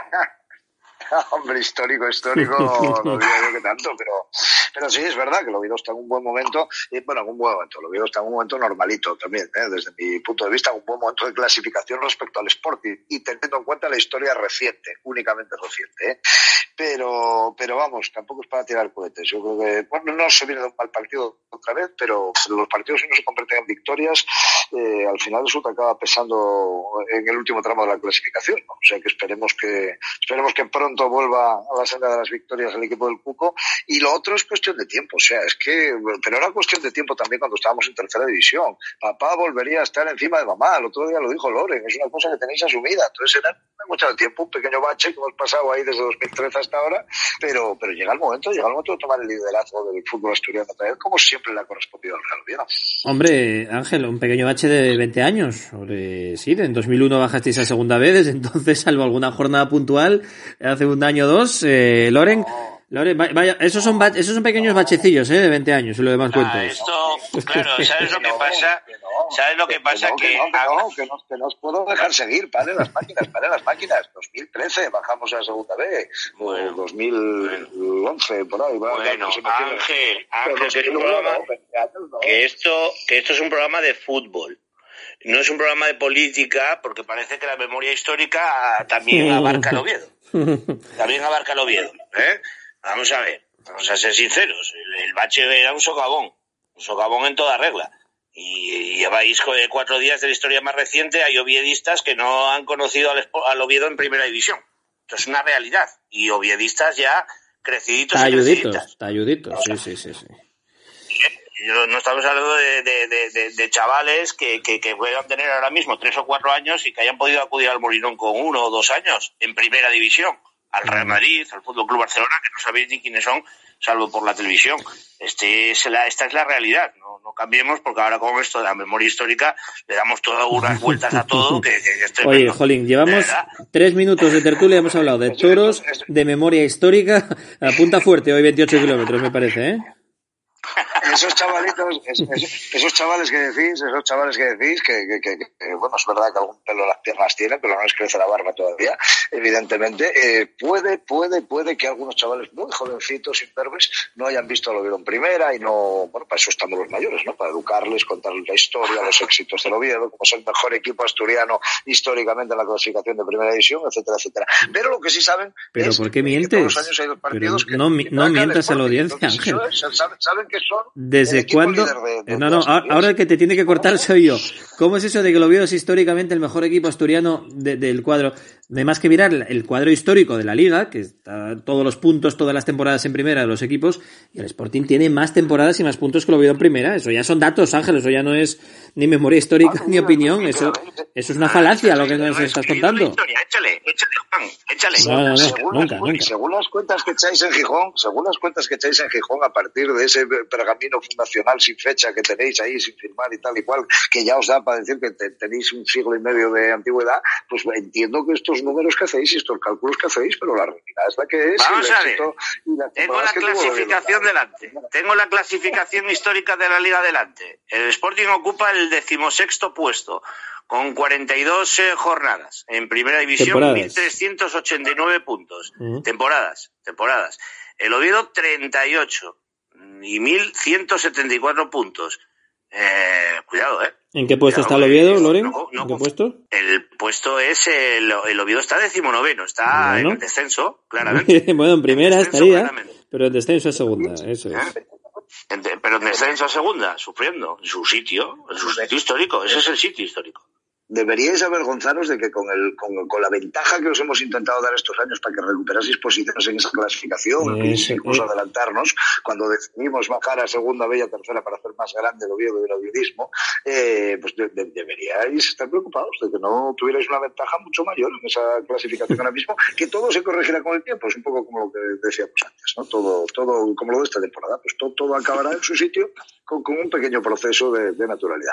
Hombre, histórico, histórico, no digo yo que tanto, pero, pero sí, es verdad que el Oviedo está en un buen momento, y bueno, en un buen momento, el Oviedo está en un momento normalito también, ¿eh? Desde mi punto de vista, un buen momento de clasificación respecto al Sporting, y teniendo en cuenta la historia reciente, únicamente reciente, ¿eh? Pero, pero vamos, tampoco es para tirar cohetes. Yo creo que, bueno, no se viene de un mal partido otra vez, pero los partidos si no se convierten en victorias, eh, al final eso te acaba pesando en el último tramo de la clasificación, ¿no? O sea que esperemos que, esperemos que pronto vuelva a la senda de las victorias el equipo del Cuco. Y lo otro es cuestión de tiempo, o sea, es que, pero era cuestión de tiempo también cuando estábamos en tercera división. Papá volvería a estar encima de mamá, el otro día lo dijo Loren, es una cosa que tenéis asumida. Entonces era mucho tiempo, un pequeño bache que hemos pasado ahí desde dos mil trece hasta ahora, pero, pero llega el momento, llega el momento de tomar el liderazgo del fútbol asturiano otra vez, como siempre le ha correspondido al Real Oviedo. Hombre, Ángel, un pequeño bache de veinte años. Sobre, sí, en dos mil uno bajasteis a segunda vez, desde entonces, salvo alguna jornada puntual, hace un año o dos, eh, Loren... No. Loren, vaya, esos son ba- esos son pequeños bachecillos, ¿eh? De veinte años y lo demás ah, cuentos. Esto, claro, ¿sabes lo que pasa? ¿Sabes lo que pasa? Que, que, no, que, no, que, no, que no os puedo dejar seguir, paren las máquinas, paren las máquinas. dos mil trece bajamos a la segunda vez, bueno, dos mil once, por ahí. Bueno, no Ángel, Ángel, que, es un programa, que, esto, que esto es un programa de fútbol. No es un programa de política, porque parece que la memoria histórica también abarca el Oviedo. También abarca el Oviedo, ¿eh? Vamos a ver, vamos a ser sinceros. El, el bache era un socavón, un socavón en toda regla. Y, y lleváis cuatro días de la historia más reciente, hay oviedistas que no han conocido al, al Oviedo en primera división. Esto es una realidad. Y oviedistas ya creciditos talluditos, y creciditas. Talluditos, o sea, sí, sí, sí, sí. No estamos hablando de, de, de, de, de chavales que, que, que puedan tener ahora mismo tres o cuatro años y que hayan podido acudir al Molinón con uno o dos años en primera división. Al Real Madrid, al Fútbol Club Barcelona, que no sabéis ni quiénes son, salvo por la televisión. Este es la, esta es la realidad. No, no cambiemos, porque ahora con esto de la memoria histórica le damos todas unas vueltas a todo. Que, que, que es Oye, Jolín, llevamos tres minutos de tertulia, hemos hablado de toros, de memoria histórica, a punta fuerte, hoy veintiocho kilómetros, me parece, ¿eh? Esos chavalitos, esos, esos chavales que decís, esos chavales que decís, que, que, que, que, bueno, es verdad que algún pelo en las piernas tienen, pero no les crece la barba todavía, evidentemente, eh, puede, puede, puede que algunos chavales muy jovencitos, imberbes, no hayan visto al Oviedo en primera y no, bueno, para eso estamos los mayores, ¿no? Para educarles, contarles la historia, los éxitos del Oviedo, como es el mejor equipo asturiano históricamente en la clasificación de primera división, etcétera, etcétera. Pero lo que sí saben ¿Pero es por qué mientes? que todos los años hay dos partidos Pero no, que, no, no mientas a la audiencia, Ángel. Entonces, saben, saben que son ¿Desde cuándo? De, de no, no, ahora el que te tiene que cortar soy yo. ¿Cómo es eso de que el Oviedo es históricamente el mejor equipo asturiano de, del cuadro? No hay más que mirar el cuadro histórico de la Liga, que está todos los puntos, todas las temporadas en primera de los equipos, y el Sporting tiene más temporadas y más puntos que el Oviedo en primera. Eso ya son datos, Ángel, eso ya no es ni memoria histórica ni opinión, eso, eso es una falacia lo que nos estás contando. Échale, échale, Juan, échale. No, no, no, según, nunca, las, nunca. según las cuentas que echáis en Gijón, según las cuentas que echáis en Gijón, a partir de ese pergamino fundacional sin fecha que tenéis ahí, sin firmar y tal y cual, que ya os da para decir que te, tenéis un siglo y medio de antigüedad, pues entiendo que estos números que hacéis y estos cálculos que hacéis, pero la realidad es la que es. Vamos a ver, la tengo la clasificación delante, tengo la clasificación histórica de la Liga delante. El Sporting ocupa el decimosexto puesto, con cuarenta y dos eh, jornadas. En primera división, mil trescientos ochenta y nueve puntos. Uh-huh. Temporadas, temporadas. El Oviedo, treinta y ocho y mil ciento setenta y cuatro puntos. Eh, cuidado, ¿eh? ¿En qué puesto cuidado, está el Oviedo, eh, Loren? No, no, ¿En qué puesto? El puesto es, el, el Oviedo está decimonoveno, está bueno. En el descenso, claramente. Bueno, en primera en estaría, claramente. Pero en descenso a segunda, eso es. ¿Eh? En, pero en descenso a segunda, sufriendo, en su sitio, en su sitio histórico, ese es el sitio histórico. Deberíais avergonzaros de que con el con, con la ventaja que os hemos intentado dar estos años para que recuperaseis posiciones en esa clasificación, eso, incluso eh. adelantarnos, cuando decidimos bajar a segunda B y a tercera para hacer más grande el Oviedo y el oviedismo, eh, pues de, de, deberíais estar preocupados de que no tuvierais una ventaja mucho mayor en esa clasificación ahora mismo, que todo se corregirá con el tiempo, es un poco como lo que decíamos antes, ¿no? Todo, todo como lo de esta temporada, pues todo, todo acabará en su sitio con, con un pequeño proceso de, de naturalidad.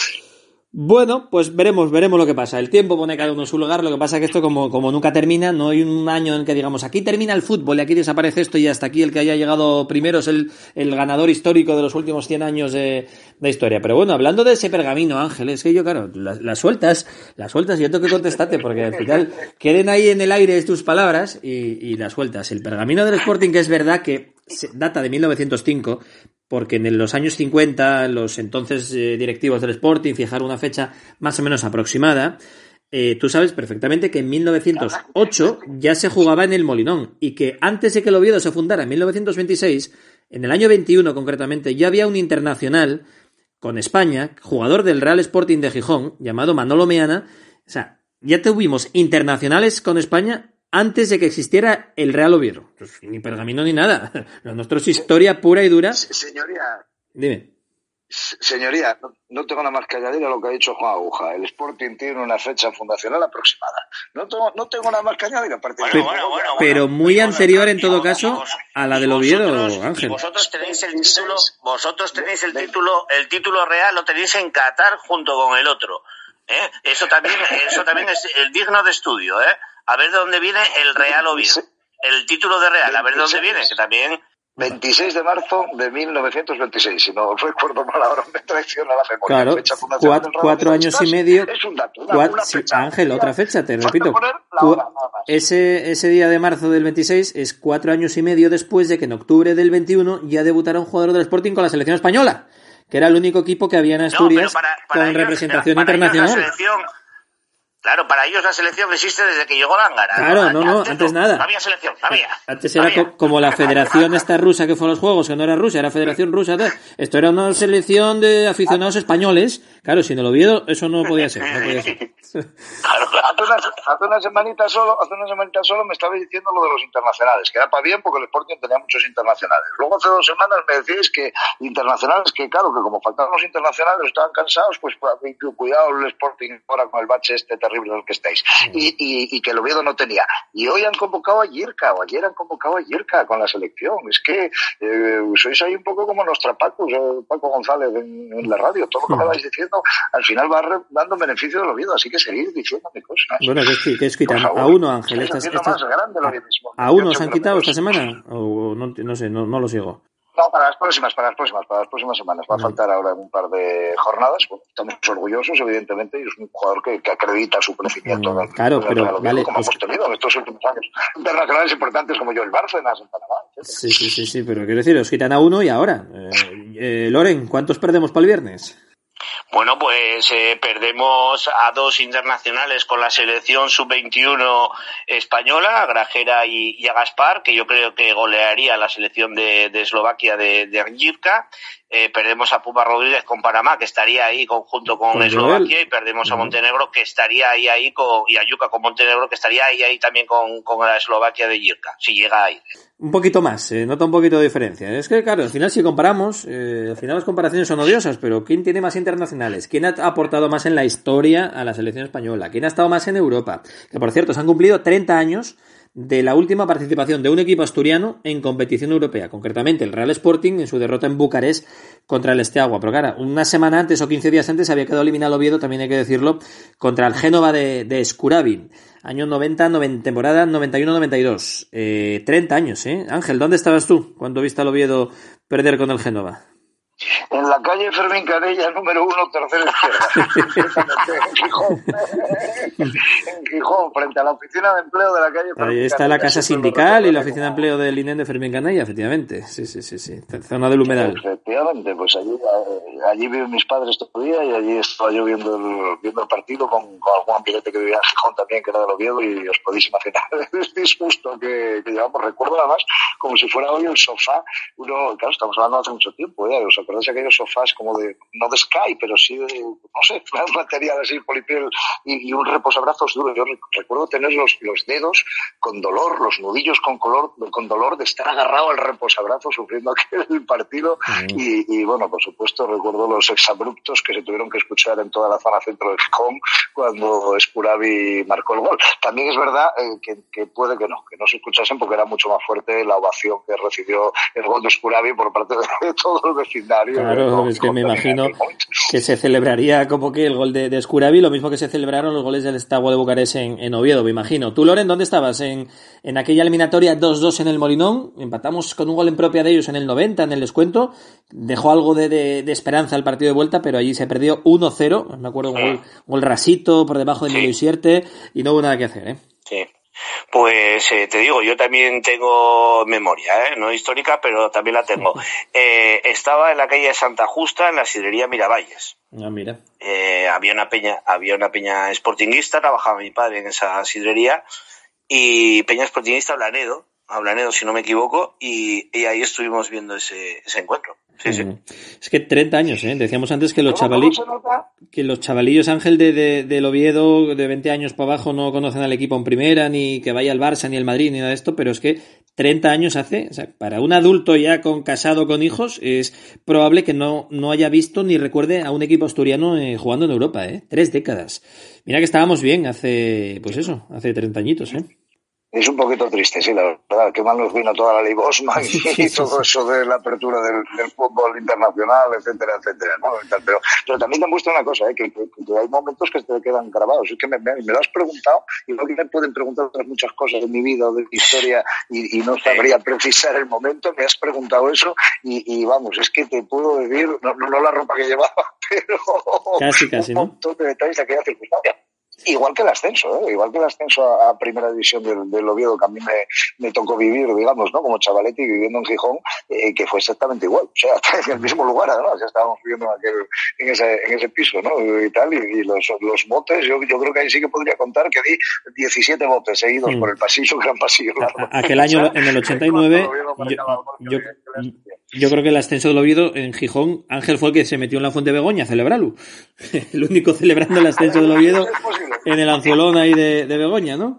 Bueno, pues veremos, veremos lo que pasa. El tiempo pone cada uno en su lugar, lo que pasa es que esto como, como nunca termina, no hay un año en que digamos aquí termina el fútbol y aquí desaparece esto y hasta aquí el que haya llegado primero es el, el ganador histórico de los últimos cien años de, de historia. Pero bueno, hablando de ese pergamino, Ángel, es que yo, claro, las, las sueltas, las sueltas y yo tengo que contestarte porque al final queden ahí en el aire tus palabras y, y las sueltas. El pergamino del Sporting, que es verdad que data de mil novecientos cinco, porque en los años cincuenta los entonces eh, directivos del Sporting fijaron una fecha más o menos aproximada. Eh, tú sabes perfectamente que en mil novecientos ocho ya se jugaba en el Molinón y que antes de que el Oviedo se fundara en mil novecientos veintiséis, en el año veintiuno concretamente, ya había un internacional con España, jugador del Real Sporting de Gijón, llamado Manolo Meana. O sea, ya tuvimos internacionales con España antes de que existiera el Real Oviedo. Pues ni pergamino ni nada. Lo nuestro es historia pura y dura. Señoría. Dime. Señoría, no, no tengo nada más que añadir a lo que ha dicho Juan Aguja. El Sporting tiene una fecha fundacional aproximada. No tengo, no tengo nada más que añadir a partir de bueno, bueno, bueno, Pero bueno, muy bueno, anterior bueno, en todo y caso vos, a la del Oviedo, Ángel. Vosotros tenéis el título, vosotros tenéis el título, el título real lo tenéis en Qatar junto con el otro. ¿Eh? Eso también, eso también es el digno de estudio, ¿eh? A ver de dónde viene el Real Oviedo. El título de Real, a ver de dónde viene, que también... veintiséis de marzo de mil novecientos veintiséis, si no recuerdo mal ahora me traiciona la memoria. Claro, fecha cuatro, cuatro años y medio. Es un dato, una, cuatro, una sí, fecha. Ángel, otra fecha, te repito. Hora, ese, ese día de marzo del veintiséis es cuatro años y medio después de que en octubre del veintiuno ya debutara un jugador del Sporting con la selección española, que era el único equipo que había en Asturias no, para, para con ellos, representación para internacional. Ellos la selección, claro, para ellos la selección existe desde que llegó Lángara. Claro, no, no, antes, antes nada. No había selección, no había. Antes era no había. Co- como la federación esta rusa que fue a los Juegos, que no era Rusia, era Federación Rusa. Tal. Esto era una selección de aficionados españoles. Claro, sin el Oviedo eso no podía ser. No podía ser. Claro, claro. Hace, una, hace una semanita solo, hace una semanita solo me estabais diciendo lo de los internacionales, que era para bien porque el Sporting tenía muchos internacionales. Luego hace dos semanas me decíais que internacionales, que claro, que como faltaban los internacionales estaban cansados, pues cuidado el Sporting ahora con el bache este terrible en el que estáis. Y, y, y que el Oviedo no tenía. Y hoy han convocado a Yirka, o ayer han convocado a Yirka con la selección. Es que eh, sois ahí un poco como nuestra Paco, eh, Paco González en, en la radio. Todo lo que me vais diciendo al final va re, dando beneficio del Oviedo, así que seguir diciéndome cosas. Bueno, que es que es quitan a uno, Ángel. Estas, estas, más grande a, a uno se han quitado esta semana, o no, no sé, no, no lo sigo. No, para las próximas, para las próximas, para las próximas semanas. Va a faltar ahora un par de jornadas. Bueno, estamos orgullosos, evidentemente, y es un jugador que, que acredita su crecimiento. Mm, claro, en pero el vale. Como pues, hemos tenido en estos últimos años internacionales importantes como yo, el Bárcenas en Panamá, etcétera. Sí, sí, sí, sí, pero quiero decir, os quitan a uno y ahora. Eh, eh, Loren, ¿cuántos perdemos para el viernes? Bueno, pues eh, perdemos a dos internacionales con la selección sub veintiuno española, a Grajera y, y a Gaspar, que yo creo que golearía la selección de, de Eslovaquia de, de Jirka. Eh, perdemos a Puma Rodríguez con Panamá, que estaría ahí junto con, con Eslovaquia, Joel. Y perdemos a Montenegro, que estaría ahí ahí con, y a Yuka con Montenegro, que estaría ahí ahí también con, con la Eslovaquia de Jirka, si llega ahí. Un poquito más, se eh, nota un poquito de diferencia. Es que, claro, al final si comparamos, eh, al final las comparaciones son odiosas, pero ¿quién tiene más internacionales? ¿Quién ha aportado más en la historia a la selección española? ¿Quién ha estado más en Europa? Que, por cierto, se han cumplido treinta años de la última participación de un equipo asturiano en competición europea, concretamente el Real Sporting en su derrota en Bucarest contra el Steaua. Pero claro, una semana antes o quince días antes había quedado eliminado Oviedo, también hay que decirlo, contra el Génova de, de Skurabi, año noventa, noventa, temporada noventa y uno noventa y dos. Eh, treinta años, ¿eh? Ángel, ¿dónde estabas tú cuando viste al Oviedo perder con el Génova? En la calle Fermín Canella, número uno, tercera izquierda. en Gijón. en Gijón, frente a la oficina de empleo de la calle Fermín Ahí está Canella, la casa sindical y la oficina de empleo del I N E M de Fermín Canella, efectivamente. Sí, sí, sí, sí. Zona del humedal. Sí, efectivamente, pues allí, allí viven mis padres todo el día y allí estaba yo viendo el, viendo el partido con, con algún amiguete que vivía en Gijón también, que era del Oviedo, y os podéis imaginar el disgusto que, que llevamos. Recuerdo además como si fuera hoy el sofá. Uno, claro, estamos hablando hace mucho tiempo, ¿eh? ¿Os acordáis de aquellos sofás como de, no de Sky, pero sí de, no sé, un material así, polipiel y, y un reposabrazos duro? Yo recuerdo tener los, los dedos con dolor, los nudillos con color, con dolor de estar agarrado al reposabrazos sufriendo aquel partido. Uh-huh. y, y bueno, por supuesto recuerdo los exabruptos que se tuvieron que escuchar en toda la zona centro de Gijón cuando Skurabi marcó el gol. También es verdad eh, que, que puede que no, que no se escuchasen porque era mucho más fuerte la ovación que recibió el gol de Skurabi por parte de todo el vecindario. Claro, no, es que me imagino que se celebraría como que el gol de, de Skurabi, lo mismo que se celebraron los goles del Steaua de Bucarest en, en Oviedo, me imagino. Tú, Loren, ¿dónde estabas? En, en aquella eliminatoria dos dos en el Molinón, empatamos con un gol en propia de ellos en el noventa, en el descuento, dejó algo de, de, de esperanza el partido de vuelta, pero allí se perdió uno cero, me acuerdo, un gol, un gol rasito por debajo de Emilio Isierte, y no hubo nada que hacer, ¿eh? Sí. Pues eh, te digo, yo también tengo memoria, ¿eh? No histórica, pero también la tengo. Eh, estaba en la calle de Santa Justa, en la sidrería Miravalles. Ah, mira. Eh, había una peña, había una peña sportinguista, trabajaba mi padre en esa sidrería, y peña sportinguista Blanedo, a Blanedo si no me equivoco, y, y ahí estuvimos viendo ese, ese encuentro. Sí, sí. Es que treinta años, ¿eh? Decíamos antes que los chavalillos, que los chavalillos, Ángel, de, de, del Oviedo, de veinte años para abajo, no conocen al equipo en primera, ni que vaya al Barça, ni al Madrid, ni nada de esto, pero es que treinta años hace, o sea, para un adulto ya con casado con hijos, es probable que no, no haya visto ni recuerde a un equipo asturiano eh, jugando en Europa, ¿eh? Tres décadas. Mira que estábamos bien hace, pues eso, hace treinta añitos, ¿eh? Es un poquito triste, sí, la verdad, que mal nos vino toda la ley Bosman y todo eso de la apertura del, del fútbol internacional, etcétera, etcétera, ¿no? Pero, pero también te muestra una cosa, ¿eh? que, que, que hay momentos que te quedan grabados. Es que me, me, me lo has preguntado, y luego que me pueden preguntar otras muchas cosas de mi vida o de mi historia y, y no sabría precisar el momento. Me has preguntado eso y, y vamos, es que te puedo decir, no, no, no la ropa que llevaba, pero casi, casi, un montón de detalles de aquella circunstancia. Igual que el ascenso, ¿eh? Igual que el ascenso a, a primera división del, del Oviedo, que a mí me, me tocó vivir, digamos, ¿no? Como chavalete y viviendo en Gijón, eh, que fue exactamente igual. O sea, en el mismo lugar, además, ya estábamos viviendo en, aquel, en, ese, en ese piso, ¿no? Y tal, y, y los, los botes, yo, yo creo que ahí sí que podría contar que di diecisiete botes seguidos mm. por el pasillo, gran pasillo. Claro. Aquel año, en el ochenta y nueve, yo, yo, yo creo que el ascenso del Oviedo en Gijón, Ángel fue el que se metió en la Fuente Begoña a celebrarlo. El único celebrando el ascenso del Oviedo en el Anzuelón ahí de, de Begoña, ¿no?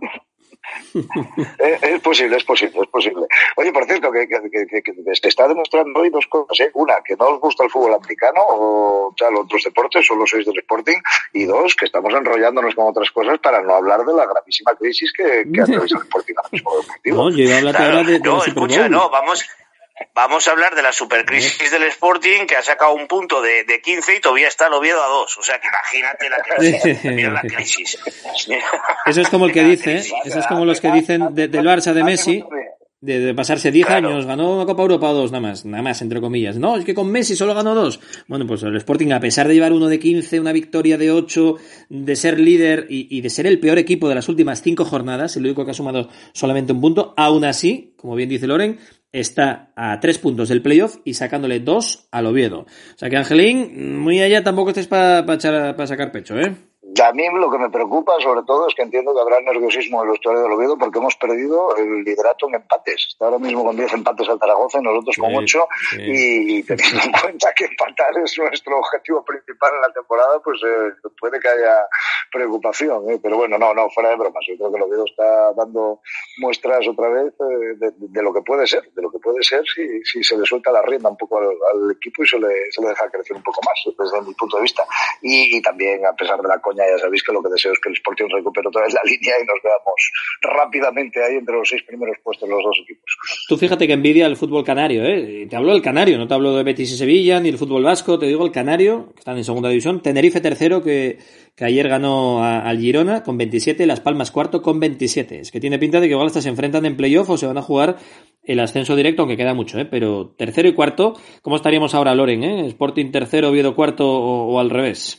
Es, es posible, es posible, es posible. Oye, por cierto, que, que, que, que te está demostrando hoy dos cosas, ¿eh? Una, que no os gusta el fútbol americano o tal, otros deportes, solo sois del Sporting, y dos, que estamos enrollándonos con otras cosas para no hablar de la gravísima crisis que, que atraviesa el Sporting ahora mismo deportivo. No, yo iba a hablar claro, ahora de, de no, la Super Bowl. Escucha, no, vamos... Vamos a hablar de la supercrisis del Sporting, que ha sacado un punto de, de quince y todavía está el Oviedo a dos. O sea, que imagínate la crisis. Mira la crisis. Eso es como el que dice, eso es como los que dicen de, del Barça de Messi, de, de pasarse diez claro. años, ganó una Copa Europa o dos, nada más, nada más, entre comillas. No, es que con Messi solo ganó dos. Bueno, pues el Sporting, a pesar de llevar uno de quince, una victoria de ocho, de ser líder y, y de ser el peor equipo de las últimas cinco jornadas, el único que ha sumado solamente un punto, aún así, como bien dice Loren, está a tres puntos del playoff y sacándole dos al Oviedo. O sea que, Angelín, muy allá tampoco estés para pa pa sacar pecho, ¿eh? A mí lo que me preocupa sobre todo es que entiendo que habrá nerviosismo en el vestuario del Oviedo porque hemos perdido el liderato en empates. Está ahora mismo con diez empates al Zaragoza y nosotros con ocho, sí, sí. y, y teniendo en cuenta que empatar es nuestro objetivo principal en la temporada, pues eh, puede que haya preocupación, ¿eh? Pero bueno, no, no, fuera de bromas. Yo creo que el Oviedo está dando muestras otra vez eh, de, de lo que puede ser, de lo que puede ser si, si se le suelta la rienda un poco al, al equipo y se le, se le deja crecer un poco más, desde mi punto de vista. Y, y también, a pesar de la coña, ya sabéis que lo que deseo es que el Sporting recupere otra vez la línea y nos veamos rápidamente ahí entre los seis primeros puestos los dos equipos. Tú fíjate que envidia el fútbol canario, ¿eh? Te hablo del Canario, no te hablo de Betis y Sevilla, ni el fútbol vasco, te digo el Canario, que están en segunda división, Tenerife tercero, que, que ayer ganó a, al Girona con veintisiete, Las Palmas cuarto con veintisiete. Es que tiene pinta de que igual hasta se enfrentan en playoff o se van a jugar el ascenso directo, aunque queda mucho, ¿eh? Pero tercero y cuarto, ¿cómo estaríamos ahora, Loren, eh? Sporting tercero, Oviedo cuarto o, o al revés.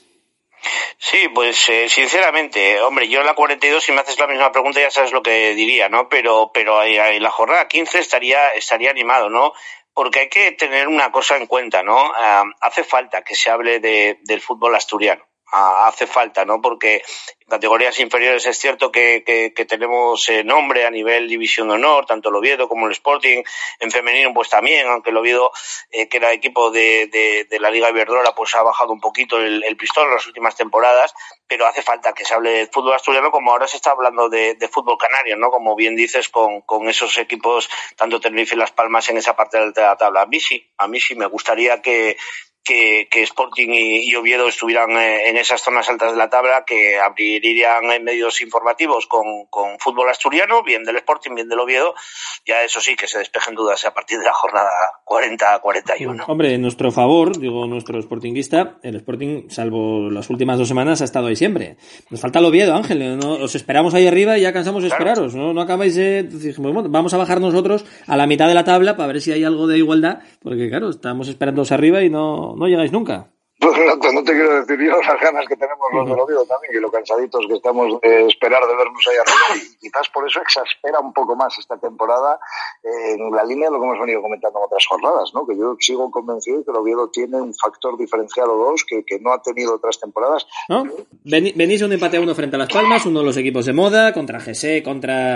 Sí, pues eh, sinceramente, hombre, yo en la cuarenta y dos, si me haces la misma pregunta ya sabes lo que diría, ¿no? Pero pero en la jornada quince estaría estaría animado, ¿no? Porque hay que tener una cosa en cuenta, ¿no? Uh, hace falta que se hable de, del fútbol asturiano. Uh, hace falta, ¿no? Porque en categorías inferiores es cierto que, que, que tenemos eh, nombre a nivel División de Honor, tanto el Oviedo como el Sporting, en femenino pues también, aunque el Oviedo, eh, que era equipo de, de, de la Liga Iberdrola, pues ha bajado un poquito el, el pistón en las últimas temporadas, pero hace falta que se hable de fútbol asturiano como ahora se está hablando de, de fútbol canario, ¿no? Como bien dices, con, con esos equipos, tanto Tenerife y Las Palmas en esa parte de la tabla. A mí sí, a mí sí me gustaría que Que, que Sporting y, y Oviedo estuvieran eh, en esas zonas altas de la tabla, que abrirían en medios informativos con, con fútbol asturiano, bien del Sporting, bien del Oviedo. Ya eso sí, que se despejen dudas a partir de la jornada cuarenta a cuarenta y uno. Hombre, en nuestro favor, digo nuestro sportinguista, el Sporting, salvo las últimas dos semanas, ha estado ahí siempre. Nos falta el Oviedo, Ángel, ¿no? Os esperamos ahí arriba y ya cansamos de claro. esperaros, ¿no? No acabáis de... Bueno, vamos a bajar nosotros a la mitad de la tabla para ver si hay algo de igualdad, porque claro, estamos esperándoos arriba y no no llegáis nunca. Pues no, no te quiero decir yo las ganas que tenemos los del Oviedo también y lo cansaditos que estamos de esperar de vernos ahí arriba, y quizás por eso exaspera un poco más esta temporada eh, en la línea de lo que hemos venido comentando en otras jornadas, ¿no? Que yo sigo convencido de que el Oviedo tiene un factor diferencial o dos que, que no ha tenido otras temporadas. ¿No? Ven, venís un empate a uno frente a Las Palmas, uno de los equipos de moda, contra G S, contra...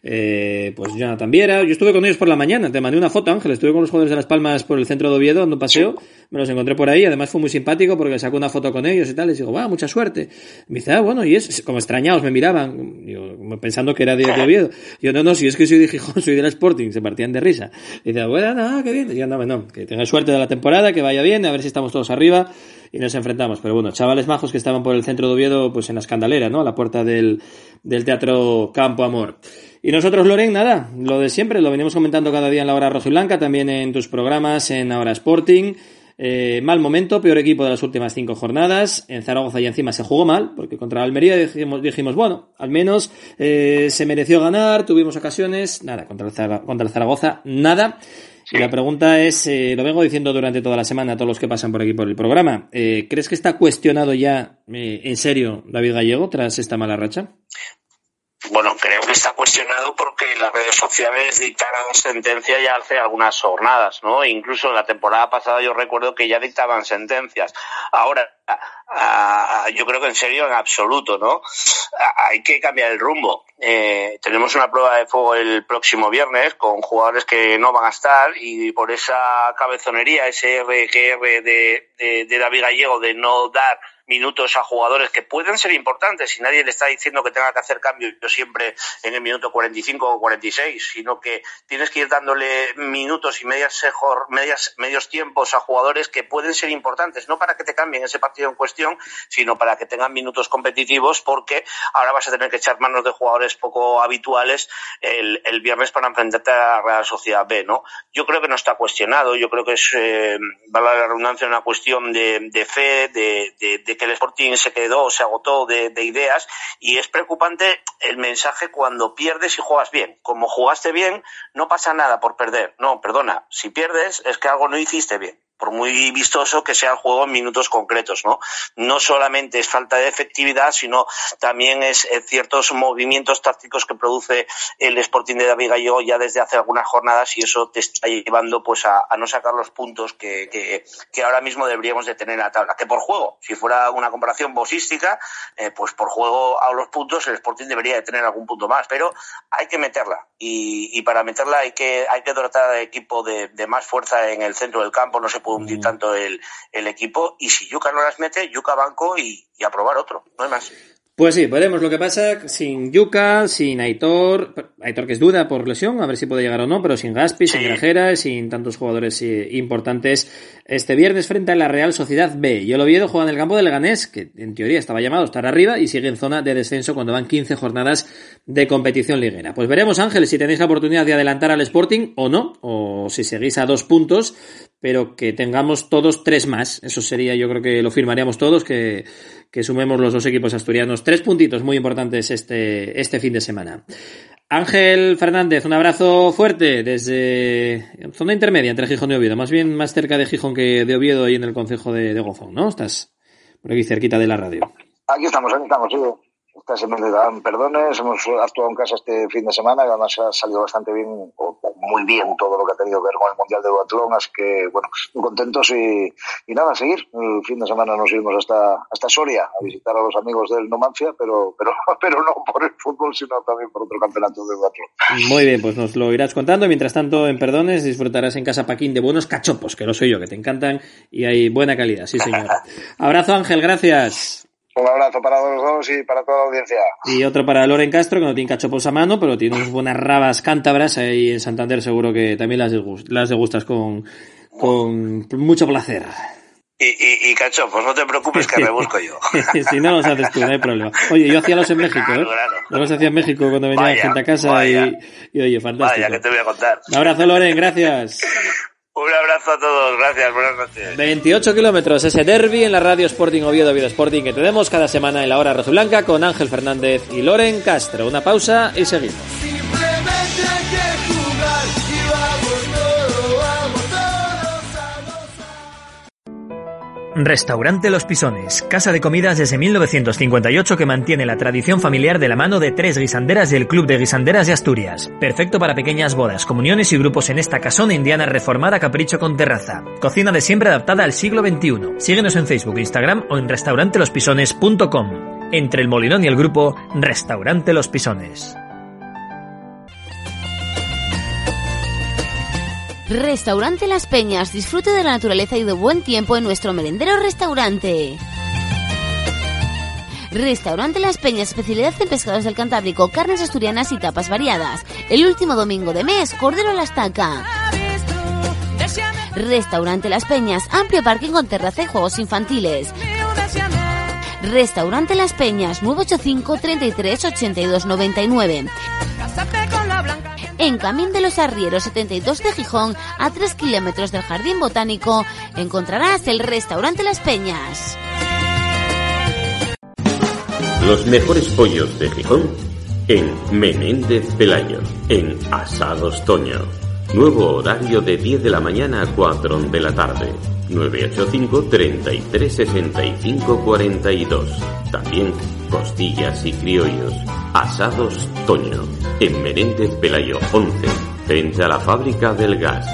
Eh, pues Jonathan Viera. Yo estuve con ellos por la mañana, te mandé una foto, Ángel, estuve con los jugadores de Las Palmas por el centro de Oviedo dando un paseo, me los encontré por ahí, además fue muy simpático porque sacó una foto con ellos y tal, les digo, va, mucha suerte. Me dice, ah, bueno, y es como extrañados, me miraban, digo, pensando que era de, de Oviedo. Yo, no, no, si es que soy de Gijón, soy del Sporting, se partían de risa. Y dice, bueno, no, qué bien. Y yo, no, no, que tenga suerte de la temporada, que vaya bien, a ver si estamos todos arriba y nos enfrentamos. Pero bueno, chavales majos que estaban por el centro de Oviedo, pues en la Escandalera, ¿no? A la puerta del, del Teatro Campo Amor. Y nosotros, Loren, nada, lo de siempre, lo venimos comentando cada día en la Hora Rojiblanca, también en tus programas, en Ahora Sporting. Eh, mal momento, peor equipo de las últimas cinco jornadas. En Zaragoza y encima se jugó mal, porque contra Almería dijimos, dijimos bueno, al menos eh, se mereció ganar, tuvimos ocasiones. Nada, contra el, Zara, contra el Zaragoza, nada. Y la pregunta es, eh, lo vengo diciendo durante toda la semana a todos los que pasan por aquí por el programa, eh, ¿crees que está cuestionado ya, eh, en serio, David Gallego, tras esta mala racha? Bueno, creo que está cuestionado porque las redes sociales dictaron sentencia ya hace algunas jornadas, ¿no? E incluso la temporada pasada yo recuerdo que ya dictaban sentencias. Ahora, a, a, yo creo que en serio, en absoluto, ¿no? A, hay que cambiar el rumbo. Eh, tenemos una prueba de fuego el próximo viernes con jugadores que no van a estar y por esa cabezonería, ese R G R de, de, de David Gallego de no dar minutos a jugadores que pueden ser importantes y nadie le está diciendo que tenga que hacer cambios yo siempre en el minuto cuarenta y cinco o cuarenta y seis, sino que tienes que ir dándole minutos y medias, medias medios tiempos a jugadores que pueden ser importantes, no para que te cambien ese partido en cuestión, sino para que tengan minutos competitivos, porque ahora vas a tener que echar manos de jugadores poco habituales el, el viernes para enfrentarte a la Real Sociedad B, ¿no? Yo creo que no está cuestionado, yo creo que es, eh, vale la redundancia, una cuestión de, de fe, de, de, de que el Sporting se quedó, se agotó de, de ideas, y es preocupante el mensaje cuando pierdes y juegas bien. Como jugaste bien, no pasa nada por perder. No, perdona, si pierdes es que algo no hiciste bien. por muy vistoso que sea el juego en minutos concretos, ¿no? No solamente es falta de efectividad, sino también es, es ciertos movimientos tácticos que produce el Sporting de David Gallego ya desde hace algunas jornadas, y eso te está llevando pues a, a no sacar los puntos que, que, que ahora mismo deberíamos de tener en la tabla. Que por juego, si fuera una comparación boxística, eh, pues por juego a los puntos el Sporting debería de tener algún punto más, pero hay que meterla, y, y para meterla hay que, hay que dotar al equipo de, de más fuerza en el centro del campo, no se puede hundir tanto el, el equipo, y si Yuka no las mete, Yuka banco y, y a probar otro, no hay más. Pues sí, veremos lo que pasa sin Yuka, sin Aitor, Aitor que es duda por lesión, a ver si puede llegar o no, pero sin Gaspi, sí. sin Grajera, sin tantos jugadores eh, importantes este viernes frente a la Real Sociedad B. Y el Oviedo juega en el campo del Leganés, que en teoría estaba llamado a estar arriba y sigue en zona de descenso cuando van quince jornadas de competición liguera. Pues veremos, Ángel, si tenéis la oportunidad de adelantar al Sporting o no, o si seguís a dos puntos, pero que tengamos todos tres más. Eso sería, yo creo que lo firmaríamos todos, que, que sumemos los dos equipos asturianos. Tres puntitos muy importantes este, este fin de semana. Ángel Fernández, un abrazo fuerte desde zona intermedia entre Gijón y Oviedo, más bien más cerca de Gijón que de Oviedo, ahí en el concejo de, de Gozón, ¿no? Estás por aquí cerquita de la radio. Aquí estamos, aquí estamos, sí. Esta semana dan perdones, hemos actuado en casa este fin de semana, y además ha salido bastante bien, o muy bien, todo lo que ha tenido que ver con el Mundial de Duatlón, así que, bueno, muy contentos y, y nada, a seguir. El fin de semana nos iremos hasta, hasta Soria a visitar a los amigos del Numancia, pero, pero, pero no por el fútbol, sino también por otro campeonato de Duatlón. Muy bien, pues nos lo irás contando. Mientras tanto, en perdones, disfrutarás en Casa Paquín de buenos cachopos, que lo soy yo, que te encantan y hay buena calidad, sí señor. Abrazo, Ángel, gracias. Un abrazo para los dos y para toda la audiencia. Y otro para Loren Castro, que no tiene cachopos a mano, pero tiene unas buenas rabas cántabras ahí en Santander, seguro que también las degustas, las degustas con, con mucho placer. Y, y, y cachopos, no te preocupes que me busco yo. Si no los haces tú, no hay problema. Oye, yo hacía los en México, ¿eh? Claro. Yo los hacía en México cuando venía vaya, gente a casa y, y oye, fantástico. Vaya, que te voy a contar. Un abrazo, Loren, gracias. Un abrazo a todos, gracias, buenas noches. veintiocho kilómetros, ese derbi en la radio Sporting Oviedo, Oviedo Sporting, que tenemos cada semana en la hora rojiblanca con Ángel Fernández y Loren Castro. Una pausa y seguimos. Simplemente hay que jugar y vamos todos, vamos todos a gozar. Restaurante Los Pisones, casa de comidas desde mil novecientos cincuenta y ocho que mantiene la tradición familiar de la mano de tres guisanderas del Club de Guisanderas de Asturias. Perfecto para pequeñas bodas, comuniones y grupos en esta casona indiana reformada capricho con terraza. Cocina de siempre adaptada al siglo veintiuno. Síguenos en Facebook, Instagram o en restaurante los pisones punto com. Entre el Molinón y el grupo, Restaurante Los Pisones. Restaurante Las Peñas, disfrute de la naturaleza y de buen tiempo en nuestro merendero restaurante. Restaurante Las Peñas, especialidad en pescados del Cantábrico, carnes asturianas y tapas variadas. El último domingo de mes, cordero a la estaca. Restaurante Las Peñas, amplio parking con terraza y juegos infantiles. Restaurante Las Peñas, nueve ocho cinco, treinta y tres, ochenta y dos, noventa y nueve. En Camín de los Arrieros setenta y dos de Gijón, a tres kilómetros del Jardín Botánico, encontrarás el Restaurante Las Peñas. Los mejores pollos de Gijón en Menéndez Pelayo, en Asados Toño. Nuevo horario de diez de la mañana a cuatro de la tarde. nueve ocho cinco, treinta y tres, sesenta y cinco, cuarenta y dos. También costillas y criollos. Asados Toño, en Menéndez Pelayo once, frente a la fábrica del gas.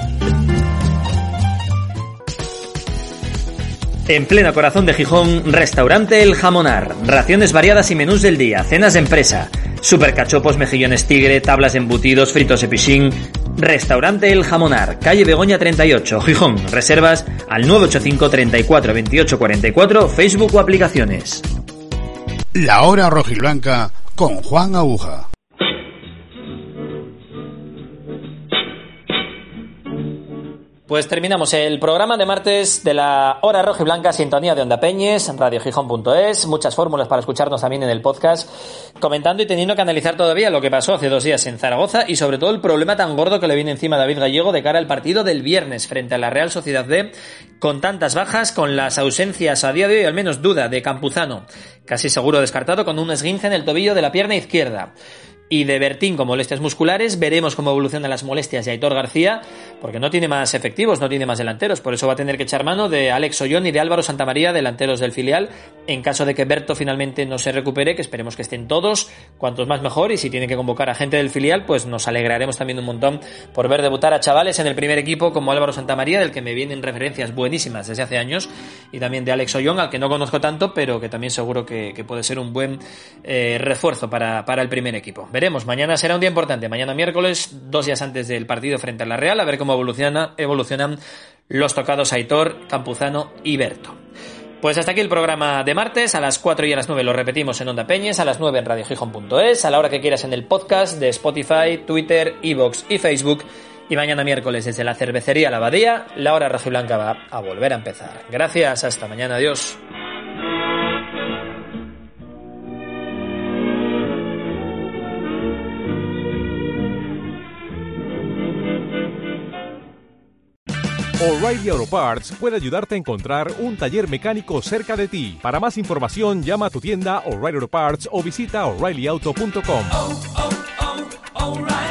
En pleno corazón de Gijón, Restaurante El Jamonar. Raciones variadas y menús del día, cenas de empresa, supercachopos, mejillones tigre, tablas de embutidos, fritos de pichín. Restaurante El Jamonar, calle Begoña treinta y ocho, Gijón. Reservas al nueve ocho cinco, treinta y cuatro, veintiocho, cuarenta y cuatro, Facebook o aplicaciones. La hora rojiblanca con Juan Aguja. Pues terminamos el programa de martes de la Hora Roja y Blanca, sintonía de Onda Peñes, radio gijón punto es, muchas fórmulas para escucharnos también en el podcast, comentando y teniendo que analizar todavía lo que pasó hace dos días en Zaragoza y sobre todo el problema tan gordo que le viene encima a David Gallego de cara al partido del viernes frente a la Real Sociedad B, con tantas bajas, con las ausencias a día de hoy, al menos duda, de Campuzano, casi seguro descartado con un esguince en el tobillo de la pierna izquierda. y de Bertín con molestias musculares. Veremos cómo evolucionan las molestias de Aitor García, porque no tiene más efectivos, no tiene más delanteros, por eso va a tener que echar mano de Alex Ollón y de Álvaro Santamaría, delanteros del filial, en caso de que Berto finalmente no se recupere, que esperemos que estén todos, cuantos más mejor, y si tiene que convocar a gente del filial, pues nos alegraremos también un montón por ver debutar a chavales en el primer equipo como Álvaro Santamaría, del que me vienen referencias buenísimas desde hace años, y también de Alex Ollón, al que no conozco tanto, pero que también seguro que, que puede ser un buen eh, refuerzo para, para el primer equipo. Veremos, mañana será un día importante, mañana miércoles, dos días antes del partido frente a la Real, a ver cómo evoluciona, evolucionan los tocados Aitor, Campuzano y Berto. Pues hasta aquí el programa de martes, a las cuatro y a las nueve lo repetimos en Onda Peñes, a las nueve en radio gijón punto es, a la hora que quieras en el podcast de Spotify, Twitter, iVoox y Facebook, y mañana miércoles desde la cervecería La Abadía, la hora rojiblanca va a volver a empezar. Gracias, hasta mañana, adiós. O'Reilly Auto Parts puede ayudarte a encontrar un taller mecánico cerca de ti. Para más información, llama a tu tienda O'Reilly Auto Parts o visita O'Reilly Auto punto com. Oh, oh, oh, O'Reilly.